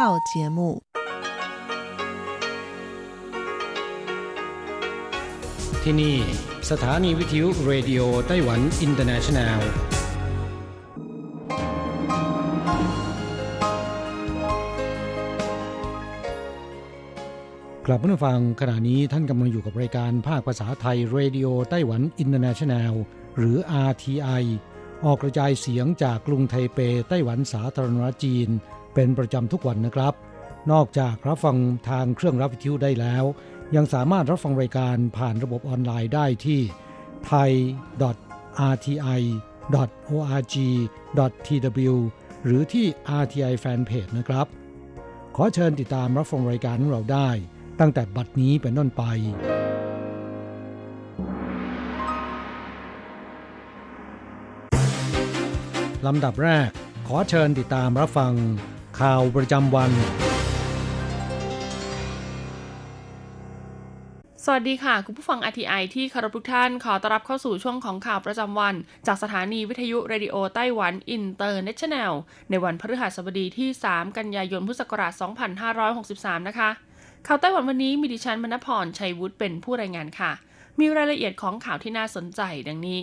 节目ที่นี่สถานีวิทยุเรดิโอไต้หวันอินเตอร์เนชั่นแนลกลับมาฟังขณะนี้ท่านกำลังอยู่กับรายการภาคภาษาไทยเรดิโอไต้หวันอินเตอร์เนชั่นแนลหรือ RTI ออกกระจายเสียงจากกรุงไทเปไต้หวันสาธารณรัฐจีนเป็นประจำทุกวันนะครับนอกจากรับฟังทางเครื่องรับวิทยุได้แล้วยังสามารถรับฟังรายการผ่านระบบออนไลน์ได้ที่ thai.rti.org.tw หรือที่ RTI Fanpage นะครับขอเชิญติดตามรับฟังรายการของเราได้ตั้งแต่บัดนี้เป็นต้นไปลำดับแรกขอเชิญติดตามรับฟังข่าวประจำวันสวัสดีค่ะคุณผู้ฟัง RTI ที่เคารพทุกท่านขอต้อนรับเข้าสู่ช่วงของข่าวประจำวันจากสถานีวิทยุเรดิโอไต้หวันอินเตอร์เนชั่นแนลในวันพฤหัสบดีที่3กันยายนพุทธศักราช2563นะคะข่าวไต้หวันวันนี้มีดิฉันมณพรชัยวุฒิเป็นผู้รายงานค่ะมีรายละเอียดของข่าวที่น่าสนใจดังนี้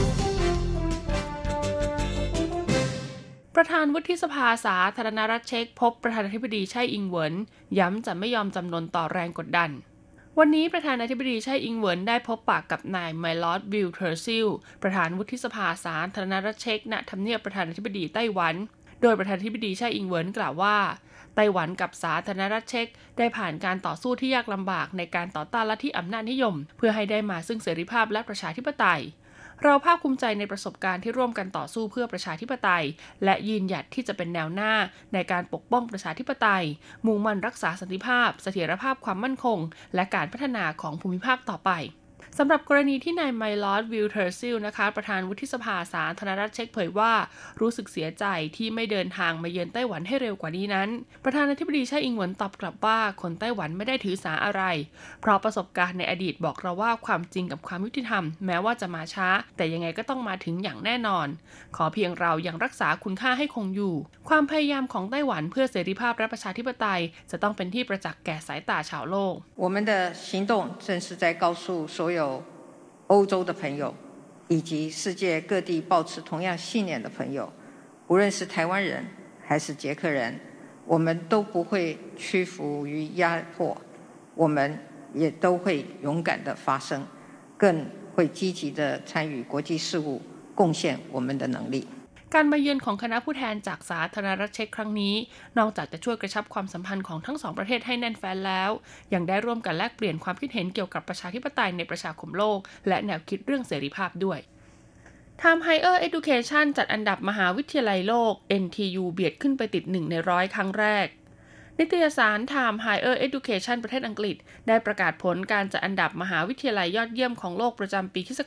ประธานวุฒิสภาสาธารณรัฐเช็กพบประธานาธิบดีไช่อิงเหวินย้ำจะไม่ยอมจำนนต่อแรงกดดันวันนี้ประธานาธิบดีไช่อิงเหวินได้พบปะกับนายไมลอดวิลเทอร์ซิลประธานวุฒิสภาสาธารณรัฐเช็กณทำเนียบประธานาธิบดีไต้หวันโดยประธานาธิบดีไช่อิงเหวินกล่าวว่าไต้หวันกับสาธารณรัฐเช็กได้ผ่านการต่อสู้ที่ยากลำบากในการต่อต้านลัทธิอำนาจนิยมเพื่อให้ได้มาซึ่งเสรีภาพและประชาธิปไตยเราภาคภูมิใจในประสบการณ์ที่ร่วมกันต่อสู้เพื่อประชาธิปไตยและยืนหยัดที่จะเป็นแนวหน้าในการปกป้องประชาธิปไตยมุ่งมั่นรักษาสันติภาพเสถียรภาพความมั่นคงและการพัฒนาของภูมิภาคต่อไปสำหรับกรณีที่นายไมลอดวิลเทอร์ซิลนะคะประธานวุฒิสภาสาธารณรัฐเช็กเผยว่ารู้สึกเสียใจที่ไม่เดินทางมาเยือนไต้หวันให้เร็วกว่านี้นั้นประธานาธิบดีไช่อิงเหวินตอบกลับว่าคนไต้หวันไม่ได้ถือสาอะไรเพราะประสบการณ์ในอดีตบอกเราว่าความจริงกับความยุติธรรมแม้ว่าจะมาช้าแต่ยังไงก็ต้องมาถึงอย่างแน่นอนขอเพียงเรายังรักษาคุณค่าให้คงอยู่ความพยายามของไต้หวันเพื่อเสรีภาพและประชาธิปไตยจะต้องเป็นที่ประจักษ์แก่สายตาชาวโลก我们的行动正是在告诉所有欧洲的朋友以及世界各地抱持同样信念的朋友无论是台湾人还是捷克人我们都不会屈服于压迫我们也都会勇敢地发声更会积极地参与国际事务贡献我们的能力การมาเยือนของคณะผู้แทนจากสาธารณรัฐเช็กครั้งนี้นอกจากจะช่วยกระชับความสัมพันธ์ของทั้งสองประเทศให้แน่นแฟ้นแล้วยังได้ร่วมกันแลกเปลี่ยนความคิดเห็นเกี่ยวกับประชาธิปไตยในประชาคมโลกและแนวคิดเรื่องเสรีภาพด้วย Time Higher Education จัดอันดับมหาวิทยาลัยโลก NTU เบียดขึ้นไปติด1ใน100ครั้งแรกนิตยสาร Time Higher Education ประเทศอังกฤษได้ประกาศผลการจัดอันดับมหาวิทยาลัยยอดเยี่ยมของโลกประจำปีค.ศ.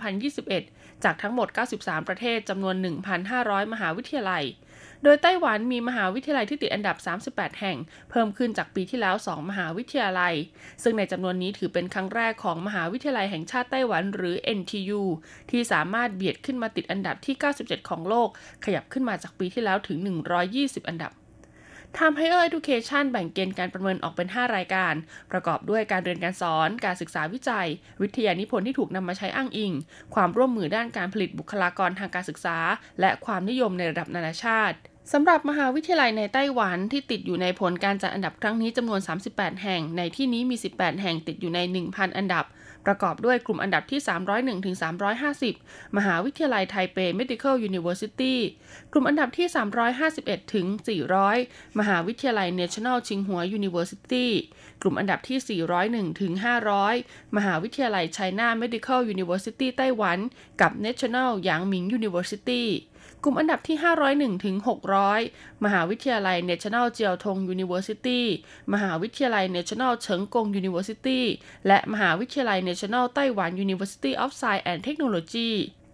2021จากทั้งหมด93ประเทศจำนวน 1,500 มหาวิทยาลัยโดยไต้หวันมีมหาวิทยาลัยที่ติดอันดับ38แห่งเพิ่มขึ้นจากปีที่แล้ว2มหาวิทยาลัยซึ่งในจำนวนนี้ถือเป็นครั้งแรกของมหาวิทยาลัยแห่งชาติไต้หวันหรือ NTU ที่สามารถเบียดขึ้นมาติดอันดับที่97ของโลกขยับขึ้นมาจากปีที่แล้วถึง120อันดับTime Higher Education แบ่งเกณฑ์การประเมินออกเป็น 5 รายการประกอบด้วยการเรียนการสอนการศึกษาวิจัยวิทยานิพนธ์ที่ถูกนำมาใช้อ้างอิงความร่วมมือด้านการผลิตบุคลากรทางการศึกษาและความนิยมในระดับนานาชาติสำหรับมหาวิทยาลัยในไต้หวันที่ติดอยู่ในผลการจัดอันดับครั้งนี้จำนวน38แห่งในที่นี้มี18แห่งติดอยู่ใน 1,000 อันดับประกอบด้วยกลุ่มอันดับที่301ถึง350มหาวิทยาลัยไทเป Medical University กลุ่มอันดับที่351ถึง400มหาวิทยาลัย National Tsinghua University กลุ่มอันดับที่401ถึง500มหาวิทยาลัย China Medical University ไต้หวันกับ National Yangming Universityกลุ่มอันดับที่501ถึง600มหาวิทยาลัย National Jiaotong University มหาวิทยาลัย National เฉิงกง University และมหาวิทยาลัย National Taiwan University of Science and Technology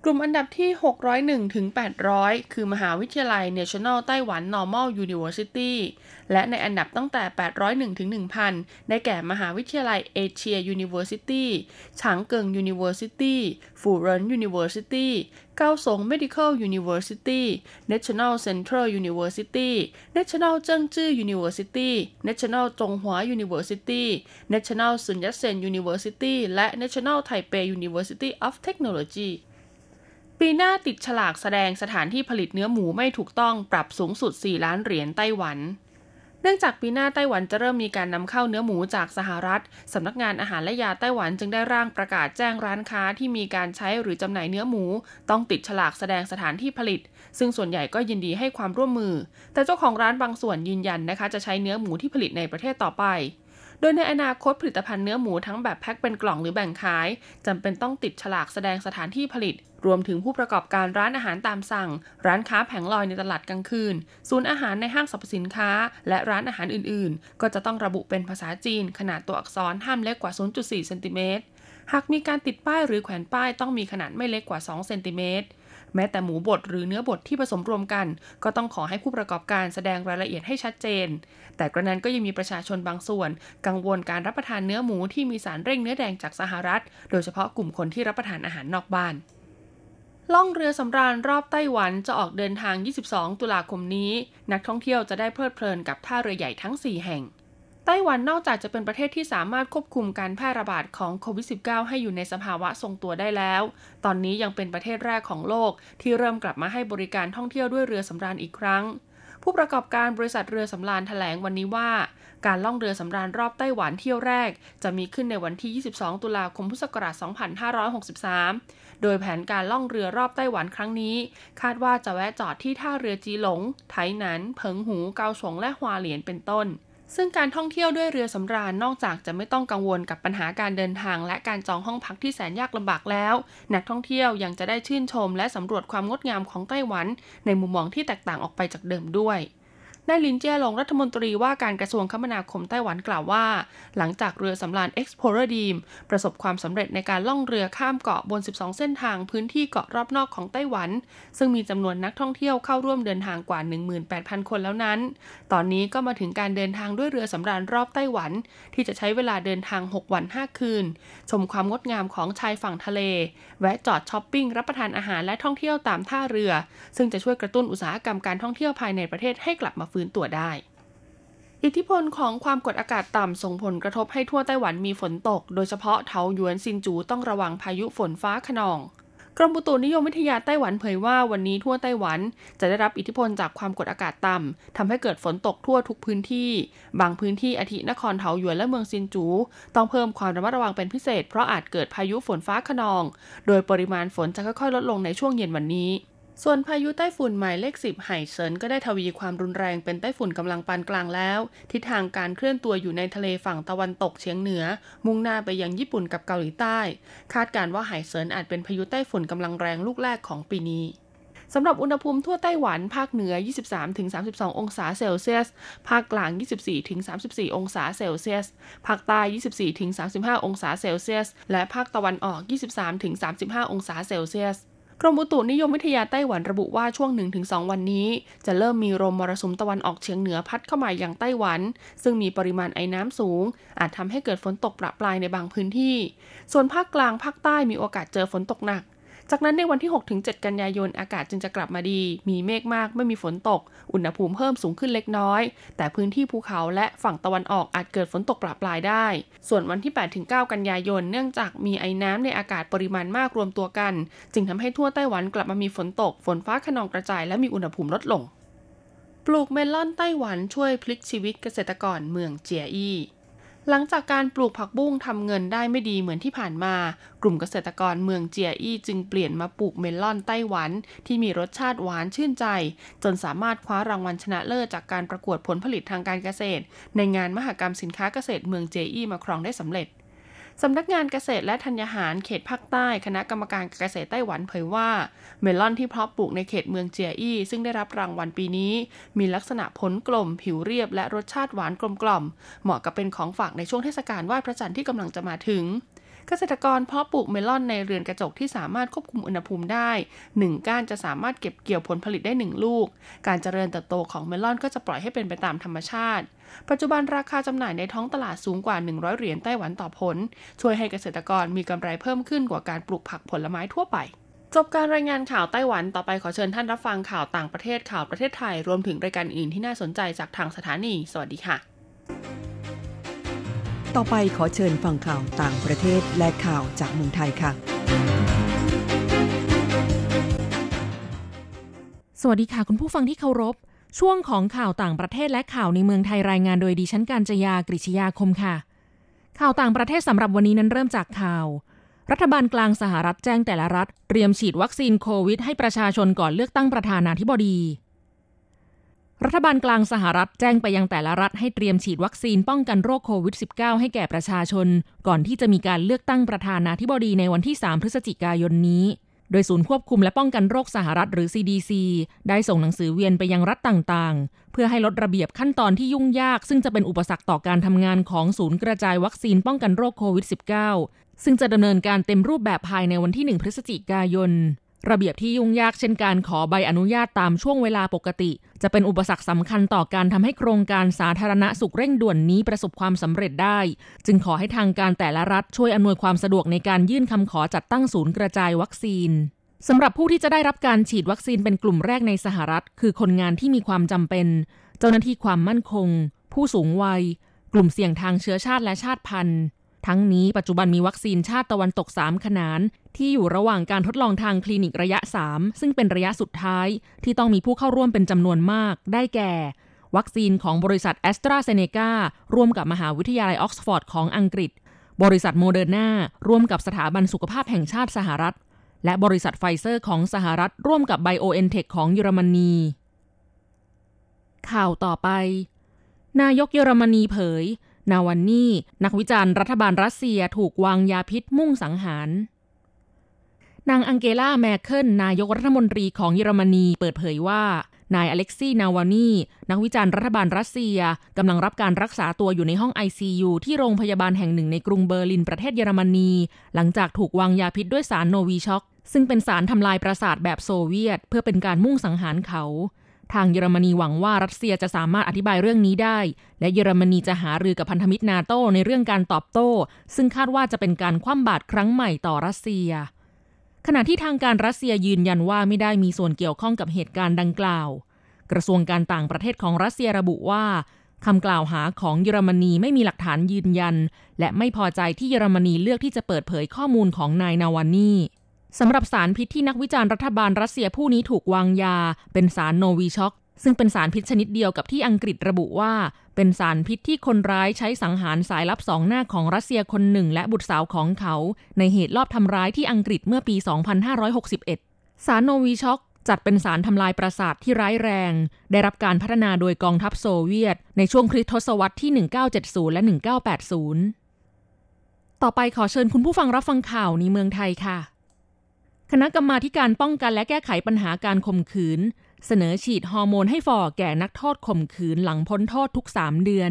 กลุ่มอันดับที่601ถึง800คือมหาวิทยาลัย National Taiwan Normal University และในอันดับตั้งแต่801ถึง 1,000 ได้แก่มหาวิทยาลัย Asia University ฉางเกิง University ฟูเหริน University เกาสง Medical University National Central University National เจิ้งจื้อ University National จงหวา University National Sun Yat-sen University และ National Taipei University of Technologyปีหน้าติดฉลากแสดงสถานที่ผลิตเนื้อหมูไม่ถูกต้องปรับสูงสุด4ล้านเหรียญไต้หวันเนื่องจากปีหน้าไต้หวันจะเริ่มมีการนำเข้าเนื้อหมูจากสหรัฐสำนักงานอาหารและยาไต้หวันจึงได้ร่างประกาศแจ้งร้านค้าที่มีการใช้หรือจำหน่ายเนื้อหมูต้องติดฉลากแสดงสถานที่ผลิตซึ่งส่วนใหญ่ก็ยินดีให้ความร่วมมือแต่เจ้าของร้านบางส่วนยืนยันนะคะจะใช้เนื้อหมูที่ผลิตในประเทศต่อไปโดยในอนาคตผลิตภัณฑ์เนื้อหมูทั้งแบบแพ็คเป็นกล่องหรือแบ่งขายจำเป็นต้องติดฉลากแสดงสถานที่ผลิตรวมถึงผู้ประกอบการร้านอาหารตามสั่งร้านค้าแผงลอยในตลาดกลางคืนศูนย์อาหารในห้างสรรพสินค้าและร้านอาหารอื่นๆก็จะต้องระบุเป็นภาษาจีนขนาดตัวอักษรห้ามเล็กกว่า 0.4 เซนติเมตรหากมีการติดป้ายหรือแขวนป้ายต้องมีขนาดไม่เล็กกว่า 2 เซนติเมตรแม้แต่หมูบดหรือเนื้อบดที่ผสมรวมกันก็ต้องขอให้ผู้ประกอบการแสดงรายละเอียดให้ชัดเจนแต่กระนั้นก็ยังมีประชาชนบางส่วนกังวลการรับประทานเนื้อหมูที่มีสารเร่งเนื้อแดงจากสหรัฐโดยเฉพาะกลุ่มคนที่รับประทานอาหารนอกบ้านล่องเรือสำราญรอบไต้หวันจะออกเดินทาง22ตุลาคมนี้นักท่องเที่ยวจะได้เพลิดเพลินกับท่าเรือใหญ่ทั้ง4แห่งไต้หวันนอกจากจะเป็นประเทศที่สามารถควบคุมการแพร่ระบาดของโควิด -19 ให้อยู่ในสภาวะทรงตัวได้แล้วตอนนี้ยังเป็นประเทศแรกของโลกที่เริ่มกลับมาให้บริการท่องเที่ยวด้วยเรือสำราญอีกครั้งผู้ประกอบการบริษัทเรือสำราญแถลงวันนี้ว่าการล่องเรือสำราญรอบไต้หวันเที่ยวแรกจะมีขึ้นในวันที่22ตุลาคมพุทธศักราช2563โดยแผนการล่องเรือรอบไต้หวันครั้งนี้คาดว่าจะแวะจอดที่ท่าเรือจีหลงไถหนันเผิงหูเกาสงและฮวาเหลียนเป็นต้นซึ่งการท่องเที่ยวด้วยเรือสำราญนอกจากจะไม่ต้องกังวลกับปัญหาการเดินทางและการจองห้องพักที่แสนยากลำบากแล้วนักท่องเที่ยวยังจะได้ชื่นชมและสำรวจความงดงามของไต้หวันในมุมมองที่แตกต่างออกไปจากเดิมด้วยนายหลินเจี้ยหลงรัฐมนตรีว่าการกระทรวงคมนาคมไต้หวันกล่าวว่าหลังจากเรือสำราญ Explorer Dream ประสบความสำเร็จในการล่องเรือข้ามเกาะบน12เส้นทางพื้นที่เกาะรอบนอกของไต้หวันซึ่งมีจำนวนนักท่องเที่ยวเข้าร่วมเดินทางกว่า 18,000 คนแล้วนั้นตอนนี้ก็มาถึงการเดินทางด้วยเรือสำราญรอบไต้หวันที่จะใช้เวลาเดินทาง6วัน5คืนชมความงดงามของชายฝั่งทะเลแวะจอดช้อปปิ้งรับประทานอาหารและท่องเที่ยวตามท่าเรือซึ่งจะช่วยกระตุ้นอุตสาหกรรมการท่องเที่ยวภายในประเทศให้กลับมาฟื้นตัวได้อิทธิพลของความกดอากาศต่ำส่งผลกระทบให้ทั่วไต้หวันมีฝนตกโดยเฉพาะเถาหยวนซินจูต้องระวังพายุฝนฟ้าคะนองกรมอุตุนิยมวิทยาไต้หวันเผยว่าวันนี้ทั่วไต้หวันจะได้รับอิทธิพลจากความกดอากาศต่ำทำให้เกิดฝนตกทั่วทุกพื้นที่บางพื้นที่อาทินครเถาหยวนและเมืองซินจูต้องเพิ่มความระมัดระวังเป็นพิเศษเพราะอาจเกิดพายุฝนฟ้าคะนองโดยปริมาณฝนจะค่อยๆลดลงในช่วงเย็นวันนี้ส่วนพายุไต้ฝุ่นหมายเลข10ไห่เซินก็ได้ทวีความรุนแรงเป็นไต้ฝุ่นกำลังปานกลางแล้วทิศทางการเคลื่อนตัวอยู่ในทะเลฝั่งตะวันตกเฉียงเหนือมุ่งหน้าไปยังญี่ปุ่นกับเกาหลีใต้คาดการณ์ว่าไห่เซินอาจเป็นพายุไต้ฝุ่นกำลังแรงลูกแรกของปีนี้สำหรับอุณหภูมิทั่วไต้หวันภาคเหนือ 23-32 องศาเซลเซียสภาคกลาง 24-34 องศาเซลเซียสภาคใต้ 24-35 องศาเซลเซียสและภาคตะวันออก 23-35 องศาเซลเซียสกรมอุตุนิยมวิทยาไต้หวันระบุว่าช่วง 1-2 วันนี้จะเริ่มมีลมมรสุมตะวันออกเฉียงเหนือพัดเข้ามายังไต้หวันซึ่งมีปริมาณไอน้ำสูงอาจทำให้เกิดฝนตกประปรายในบางพื้นที่ส่วนภาคกลางภาคใต้มีโอกาสเจอฝนตกหนักจากนั้นในวันที่ 6-7 กันยายนอากาศจึงจะกลับมาดีมีเมฆมากไม่มีฝนตกอุณหภูมิเพิ่มสูงขึ้นเล็กน้อยแต่พื้นที่ภูเขาและฝั่งตะวันออกอาจเกิดฝนตกประปรายได้ส่วนวันที่ 8-9 กันยายนเนื่องจากมีไอน้ำในอากาศปริมาณมากรวมตัวกันจึงทำให้ทั่วไต้หวันกลับมามีฝนตกฝนฟ้าคะนองกระจายและมีอุณหภูมิลดลงปลูกเมลอนไต้หวันช่วยพลิกชีวิตเกษตรกรเมืองเจียอี้หลังจากการปลูกผักบุ้งทำเงินได้ไม่ดีเหมือนที่ผ่านมากลุ่มเกษตรกรเมืองเจียอี้จึงเปลี่ยนมาปลูกเมลอนไต้หวันที่มีรสชาติหวานชื่นใจจนสามารถคว้ารางวัลชนะเลิศจากการประกวดผลผลิตทางการเกษตรในงานมหกรรมสินค้าเกษตรเมืองเจียอี้มาครองได้สำเร็จสำนักงานเกษตรและธัญญาหารเขตภาคใต้คณะกรรมการเกษตรไต้หวันเผยว่าเมลอนที่เพาะปลูกในเขตเมืองเจียอี้ซึ่งได้รับรางวัลปีนี้มีลักษณะผลกลมผิวเรียบและรสชาติหวานกลมกล่อมเหมาะกับเป็นของฝากในช่วงเทศกาลไหว้พระจันทร์ที่กำลังจะมาถึงเกษตรกรเพาะปลูกเมลอนในเรือนกระจกที่สามารถควบคุมอุณหภูมิได้1ก้านจะสามารถเก็บเกี่ยวผลผลิตได้1ลูกการเจริญเติบโตของเมลอนก็จะปล่อยให้เป็นไปตามธรรมชาติปัจจุบันราคาจำหน่ายในท้องตลาดสูงกว่า100เหรียญไต้หวันต่อผลช่วยให้เกษตรกรมีกำไรเพิ่มขึ้นกว่าการปลูกผักผลไม้ทั่วไปจบการรายงานข่าวไต้หวันต่อไปขอเชิญท่านรับฟังข่าวต่างประเทศข่าวประเทศไทยรวมถึงรายการอื่นที่น่าสนใจจากทางสถานีสวัสดีค่ะต่อไปขอเชิญฟังข่าวต่างประเทศและข่าวจากเมืองไทยค่ะสวัสดีค่ะคุณผู้ฟังที่เคารพช่วงของข่าวต่างประเทศและข่าวในเมืองไทยรายงานโดยดิฉันกาญจยากฤษยาคมค่ะข่าวต่างประเทศสำหรับวันนี้นั้นเริ่มจากข่าวรัฐบาลกลางสหรัฐแจ้งแต่ละรัฐเตรียมฉีดวัคซีนโควิดให้ประชาชนก่อนเลือกตั้งประธานาธิบดีรัฐบาลกลางสหรัฐแจ้งไปยังแต่ละรัฐให้เตรียมฉีดวัคซีนป้องกันโรคโควิด -19 ให้แก่ประชาชนก่อนที่จะมีการเลือกตั้งประธานาธิบดีในวันที่3พฤศจิกายนนี้โดยศูนย์ควบคุมและป้องกันโรคสหรัฐหรือ CDC ได้ส่งหนังสือเวียนไปยังรัฐต่างๆเพื่อให้ลดระเบียบขั้นตอนที่ยุ่งยากซึ่งจะเป็นอุปสรรคต่อการทำงานของศูนย์กระจายวัคซีนป้องกันโรคโควิด -19 ซึ่งจะดำเนินการเต็มรูปแบบภายในวันที่1พฤศจิกายนระเบียบที่ยุ่งยากเช่นการขอใบอนุญาตตามช่วงเวลาปกติจะเป็นอุปสรรคสำคัญต่อการทำให้โครงการสาธารณสุขเร่งด่วนนี้ประสบความสำเร็จได้จึงขอให้ทางการแต่ละรัฐช่วยอำนวยความสะดวกในการยื่นคำขอจัดตั้งศูนย์กระจายวัคซีนสำหรับผู้ที่จะได้รับการฉีดวัคซีนเป็นกลุ่มแรกในสหรัฐคือคนงานที่มีความจำเป็นเจ้าหน้าที่ความมั่นคงผู้สูงวัยกลุ่มเสี่ยงทางเชื้อชาติและชาติพันธุ์ทั้งนี้ปัจจุบันมีวัคซีนชาติตะวันตก3ขนานที่อยู่ระหว่างการทดลองทางคลินิกระยะ3ซึ่งเป็นระยะสุดท้ายที่ต้องมีผู้เข้าร่วมเป็นจำนวนมากได้แก่วัคซีนของบริษัทแอสตราเซเนการ่วมกับมหาวิทยาลัยออกซฟอร์ดของอังกฤษบริษัทโมเดอร์นาร่วมกับสถาบันสุขภาพแห่งชาติสหรัฐและบริษัทไฟเซอร์ของสหรัฐร่วมกับ BioNTech ของเยอรมนีข่าวต่อไปนายกเยอรมนีเผยนาวันนี่นักวิจารณ์รัฐบาลรัสเซียถูกวางยาพิษมุ่งสังหารนางอังเกลาแมร์เคิลนายกรัฐมนตรีของเยอรมนีเปิดเผยว่านายอเล็กซี่นาวานีนักวิจารณ์รัฐบาลรัสเซียกำลังรับการรักษาตัวอยู่ในห้อง ICU ที่โรงพยาบาลแห่งหนึ่งในกรุงเบอร์ลินประเทศเยอรมนีหลังจากถูกวางยาพิษด้วยสารโนวีช็อกซึ่งเป็นสารทำลายประสาทแบบโซเวียตเพื่อเป็นการมุ่งสังหารเขาทางเยอรมนีหวังว่ารัสเซียจะสามารถอธิบายเรื่องนี้ได้และเยอรมนีจะหารือกับพันธมิตรนาโตในเรื่องการตอบโต้ซึ่งคาดว่าจะเป็นการคว่ำบาตรครั้งใหม่ต่อรัสเซียขณะที่ทางการรัสเซียยืนยันว่าไม่ได้มีส่วนเกี่ยวข้องกับเหตุการณ์ดังกล่าวกระทรวงการต่างประเทศของรัสเซียระบุว่าคำกล่าวหาของเยอรมนีไม่มีหลักฐานยืนยันและไม่พอใจที่เยอรมนีเลือกที่จะเปิดเผยข้อมูลของนายนาวานีสำหรับสารพิษที่นักวิจารณ์รัฐบาลรัสเซียผู้นี้ถูกวางยาเป็นสารโนวีช็อกซึ่งเป็นสารพิษชนิดเดียวกับที่อังกฤษระบุว่าเป็นสารพิษที่คนร้ายใช้สังหารสายลับ2หน้าของรัสเซียคนหนึ่งและบุตรสาวของเขาในเหตุลอบทำร้ายที่อังกฤษเมื่อปี 2561 สารโนวีช็อกจัดเป็นสารทำลายประสาทที่ร้ายแรงได้รับการพัฒนาโดยกองทัพโซเวียตในช่วงคริสตศตวรรษที่ 1970 และ 1980 ต่อไปขอเชิญคุณผู้ฟังรับฟังข่าวในเมืองไทยค่ะคณะกรรมาธิการป้องกันและแก้ไขปัญหาการข่มขืนเสนอฉีดฮอร์โมนให้ฝ่อแก่นักโทษข่มขืนหลังพ้นโทษทุก3 เดือน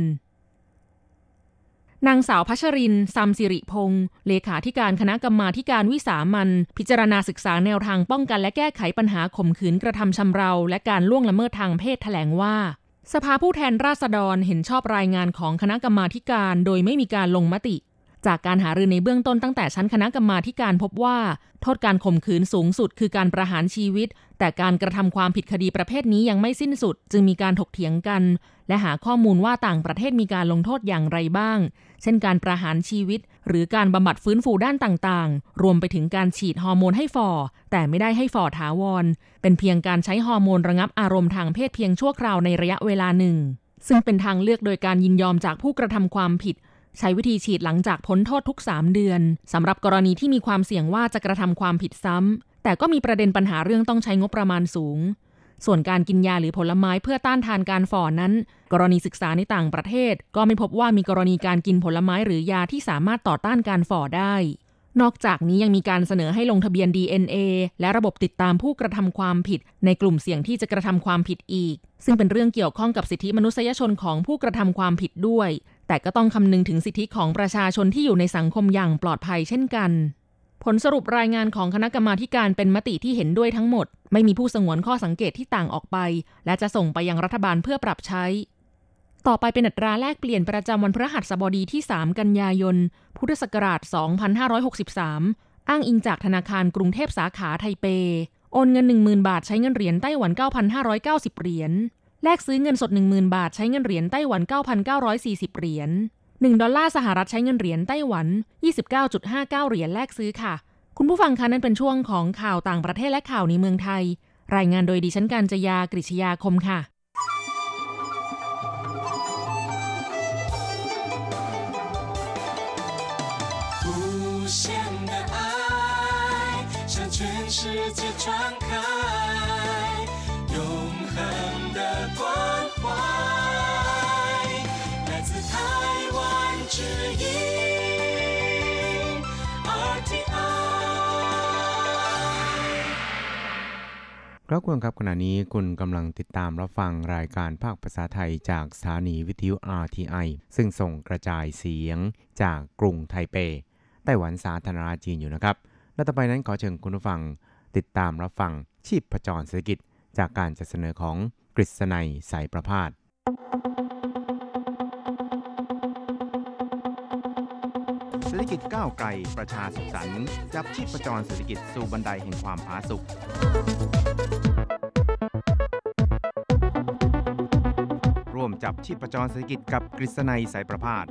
นางสาวพัชรินทร์ซัมสิริพงศ์เลขาธิการคณะกรรมาธิการวิสามัญพิจารณาศึกษาแนวทางป้องกันและแก้ไขปัญหาข่มขืนกระทำชำเราและการล่วงละเมิดทางเพศแถลงว่าสภาผู้แทนราษฎรเห็นชอบรายงานของคณะกรรมาธิการโดยไม่มีการลงมติจากการหารือในเบื้องต้นตั้งแต่ชั้นคณะกรรมาธิการพบว่าโทษการข่มขืนสูงสุดคือการประหารชีวิตแต่การกระทำความผิดคดีประเภทนี้ยังไม่สิ้นสุดจึงมีการถกเถียงกันและหาข้อมูลว่าต่างประเทศมีการลงโทษอย่างไรบ้างเช่นการประหารชีวิตหรือการบำบัดฟื้นฟูด้านต่างๆรวมไปถึงการฉีดฮอร์โมนให้ฝ่อแต่ไม่ได้ให้ฝ่อถาวรเป็นเพียงการใช้ฮอร์โมนระงับอารมณ์ทางเพศเพียงชั่วคราวในระยะเวลาหนึ่งซึ่งเป็นทางเลือกโดยการยินยอมจากผู้กระทำความผิดใช้วิธีฉีดหลังจากพ้นโทษทุก3 เดือนสำหรับกรณีที่มีความเสี่ยงว่าจะกระทำความผิดซ้ำแต่ก็มีประเด็นปัญหาเรื่องต้องใช้งบประมาณสูงส่วนการกินยาหรือผลไม้เพื่อต้านทานการฝ่อนั้นกรณีศึกษาในต่างประเทศก็ไม่พบว่ามีกรณีการกินผลไม้หรือยาที่สามารถต่อต้านการฝ่อได้นอกจากนี้ยังมีการเสนอให้ลงทะเบียน DNA และระบบติดตามผู้กระทำความผิดในกลุ่มเสี่ยงที่จะกระทำความผิดอีกซึ่งเป็นเรื่องเกี่ยวข้องกับสิทธิมนุษยชนของผู้กระทำความผิดด้วยแต่ก็ต้องคำนึงถึงสิทธิของประชาชนที่อยู่ในสังคมอย่างปลอดภัยเช่นกันผลสรุปรายงานของคณะกรรมาการเป็นมติที่เห็นด้วยทั้งหมดไม่มีผู้สงวนข้อสังเกตที่ต่างออกไปและจะส่งไปยังรัฐบาลเพื่อปรับใช้ต่อไปเป็นอัตราแลกเปลี่ยนประจำวันพฤหัสบดีที่3กันยายนพุทธศักราช2563อ้างอิงจากธนาคารกรุงเทพสาขาไทเปโอนเงิน 10,000 บาทใช้เงินเหรียญไต้หวัน 9,590 เหรียญแลกซื้อเงินสด 10,000 บาทใช้เงินเหรียญไต้หวัน 9,940 เหรียญ1ดอลลาร์สหรัฐใช้เงินเหรียญไต้หวัน 29.59 เหรียญแลกซื้อค่ะคุณผู้ฟังคะนั่นเป็นช่วงของข่าวต่างประเทศและข่าวในเมืองไทยรายงานโดยดิฉันกัญจยากฤษยาคมค่ะ世界传开永恒的关怀来自台湾之音 RTI ครับคุณครับขณะนี้คุณกำลังติดตามรับฟังรายการภาคภาษาไทยจากสถานีวิทยุ RTI ซึ่งส่งกระจายเสียงจากกรุงไทเปไต้หวันสาธารณรัฐจีนอยู่นะครับและต่อไปนั้นขอเชิญคุณผู้ฟังติดตามรับฟังชีพจรเศรษฐกิจจากการจัดเสนอของกฤษณัยสายประภาสเศรษฐกิจก้าวไกลประชาสุขสันต์จับชีพจรเศรษฐกิจสู่บันไดแห่งความผาสุกร่วมจับชีพจรเศรษฐกิจกับกฤษณัยสายประภาส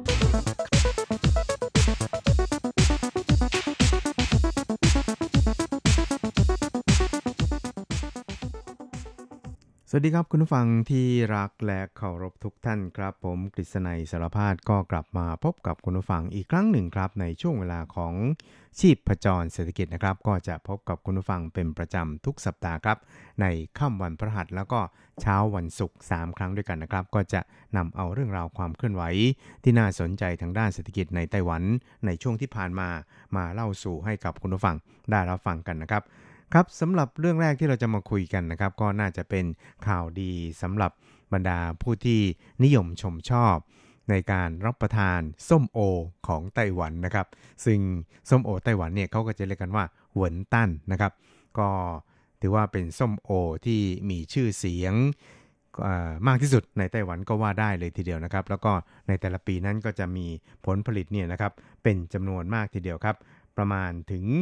สวัสดีครับคุณผู้ฟังที่รักและเคารพทุกท่านครับผมกฤษณัยสารพาสก็กลับมาพบกับคุณผู้ฟังอีกครั้งหนึ่งครับในช่วงเวลาของชีพจรเศรษฐกิจนะครับก็จะพบกับคุณผู้ฟังเป็นประจำทุกสัปดาห์ครับในค่ำวันพฤหัสแล้วก็เช้าวันศุกร์3ครั้งด้วยกันนะครับก็จะนำเอาเรื่องราวความเคลื่อนไหวที่น่าสนใจทางด้านเศรษฐกิจในไต้หวันในช่วงที่ผ่านมาเล่าสู่ให้กับคุณผู้ฟังได้รับฟังกันนะครับครับสำหรับเรื่องแรกที่เราจะมาคุยกันนะครับก็น่าจะเป็นข่าวดีสำหรับบรรดาผู้ที่นิยมชมชอบในการรับประทานส้มโอของไต้หวันนะครับซึ่งส้มโอไต้หวันเนี่ยเขาก็จะเรียกกันว่าเหวินตั้นนะครับก็ถือว่าเป็นส้มโอที่มีชื่อเสียงมากที่สุดในไต้หวันก็ว่าได้เลยทีเดียวนะครับแล้วก็ในแต่ละปีนั้นก็จะมีผลผลิตเนี่ยนะครับเป็นจำนวนมากทีเดียวครับประมาณถึง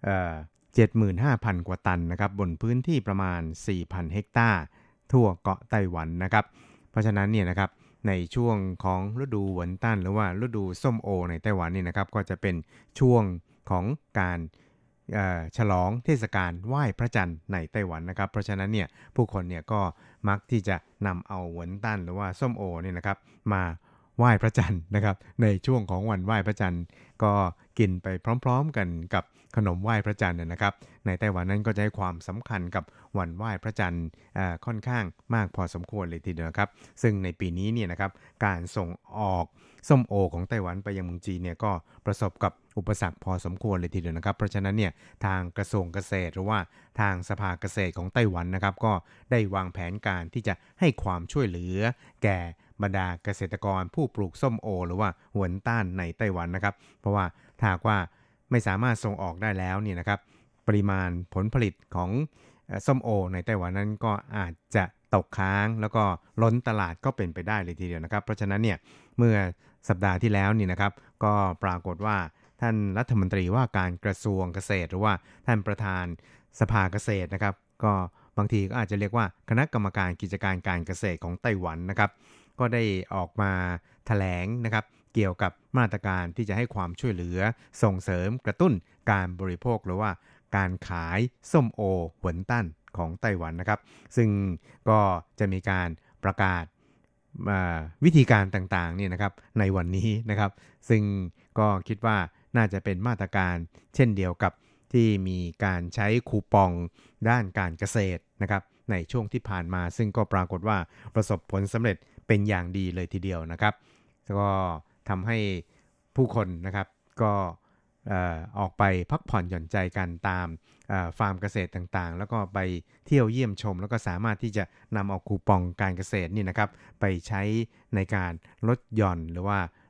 75,000 กว่าตันนะครับบนพื้นที่ประมาณ 4,000 เฮกตาร์ทั่วเกาะไต้หวันนะครับเพราะฉะนั้นเนี่ยนะครับในช่วงของฤดูเหวินตั้นหรือว่าฤดูส้มโอในไต้หวันนี่นะครับก็จะเป็นช่วงของการฉลองเทศกาลไหว้พระจันทร์ในไต้หวันนะครับเพราะฉะนั้นเนี่ยผู้คนเนี่ยก็มักที่จะนำเอาเหวินตั้นหรือว่าส้มโอเนี่ยนะครับมาไหว้พระจันทร์นะครับในช่วงของวันไหว้พระจันทร์ก็กินไปพร้อมๆกันกับขนมไหว้พระจันทร์นะครับในไต้หวันนั้นก็จะให้ความสำคัญกับวันไหว้พระจันทร์ค่อนข้างมากพอสมควรเลยทีเดียวครับซึ่งในปีนี้เนี่ยนะครับการส่งออกส้มโอของไต้หวันไปยังเมืองจีนเนี่ยก็ประสบกับอุปสรรคพอสมควรเลยทีเดียวนะครับเพราะฉะนั้นเนี่ยทางกระทรวงเกษตรหรือว่าทางสภาเกษตรของไต้หวันนะครับก็ได้วางแผนการที่จะให้ความช่วยเหลือแก่บรรดาเกษตรกรผู้ปลูกส้มโอหรือว่าเหวินตั้นในไต้หวันนะครับเพราะว่าถ้าว่าไม่สามารถส่งออกได้แล้วเนี่ยนะครับปริมาณผลผลิตของส้มโอในไต้หวันนั้นก็อาจจะตกค้างแล้วก็ล้นตลาดก็เป็นไปได้เลยทีเดียวนะครับเพราะฉะนั้นเนี่ยเมื่อสัปดาห์ที่แล้วนี่นะครับก็ปรากฏว่าท่านรัฐมนตรีว่าการกระทรวงเกษตรหรือว่าท่านประธานสภาเกษตรนะครับก็บางทีก็อาจจะเรียกว่าคณะกรรมการกิจการการเกษตรของไต้หวันนะครับก็ได้ออกมาแถลงนะครับเกี่ยวกับมาตรการที่จะให้ความช่วยเหลือส่งเสริมกระตุ้นการบริโภคหรือว่าการขายส้มโอเหวินตั้นของไต้หวันนะครับซึ่งก็จะมีการประกาศวิธีการต่างๆเนี่ยนะครับในวันนี้นะครับซึ่งก็คิดว่าน่าจะเป็นมาตรการเช่นเดียวกับที่มีการใช้คูปองด้านการเกษตรนะครับในช่วงที่ผ่านมาซึ่งก็ปรากฏว่าประสบผลสำเร็จเป็นอย่างดีเลยทีเดียวนะครับก็ทำให้ผู้คนนะครับก็ออกไปพักผ่อนหย่อนใจกันตามฟาร์มเกษตรต่างๆแล้วก็ไปเที่ยวเยี่ยมชมแล้วก็สามารถที่จะนำเอาคูปองการเกษตรนี่นะครับไปใช้ในการลดหย่อนหรือว่า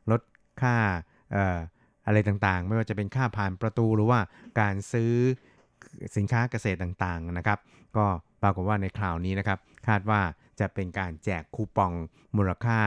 ลดค่าอะไรต่างๆไม่ว่าจะเป็นค่าผ่านประตูหรือว่าการซื้อสินค้าเกษตรต่างๆนะครับก็ปรากฏว่าในคราวนี้นะครับคาดว่าจะเป็นการแจกคูปองมูลค่า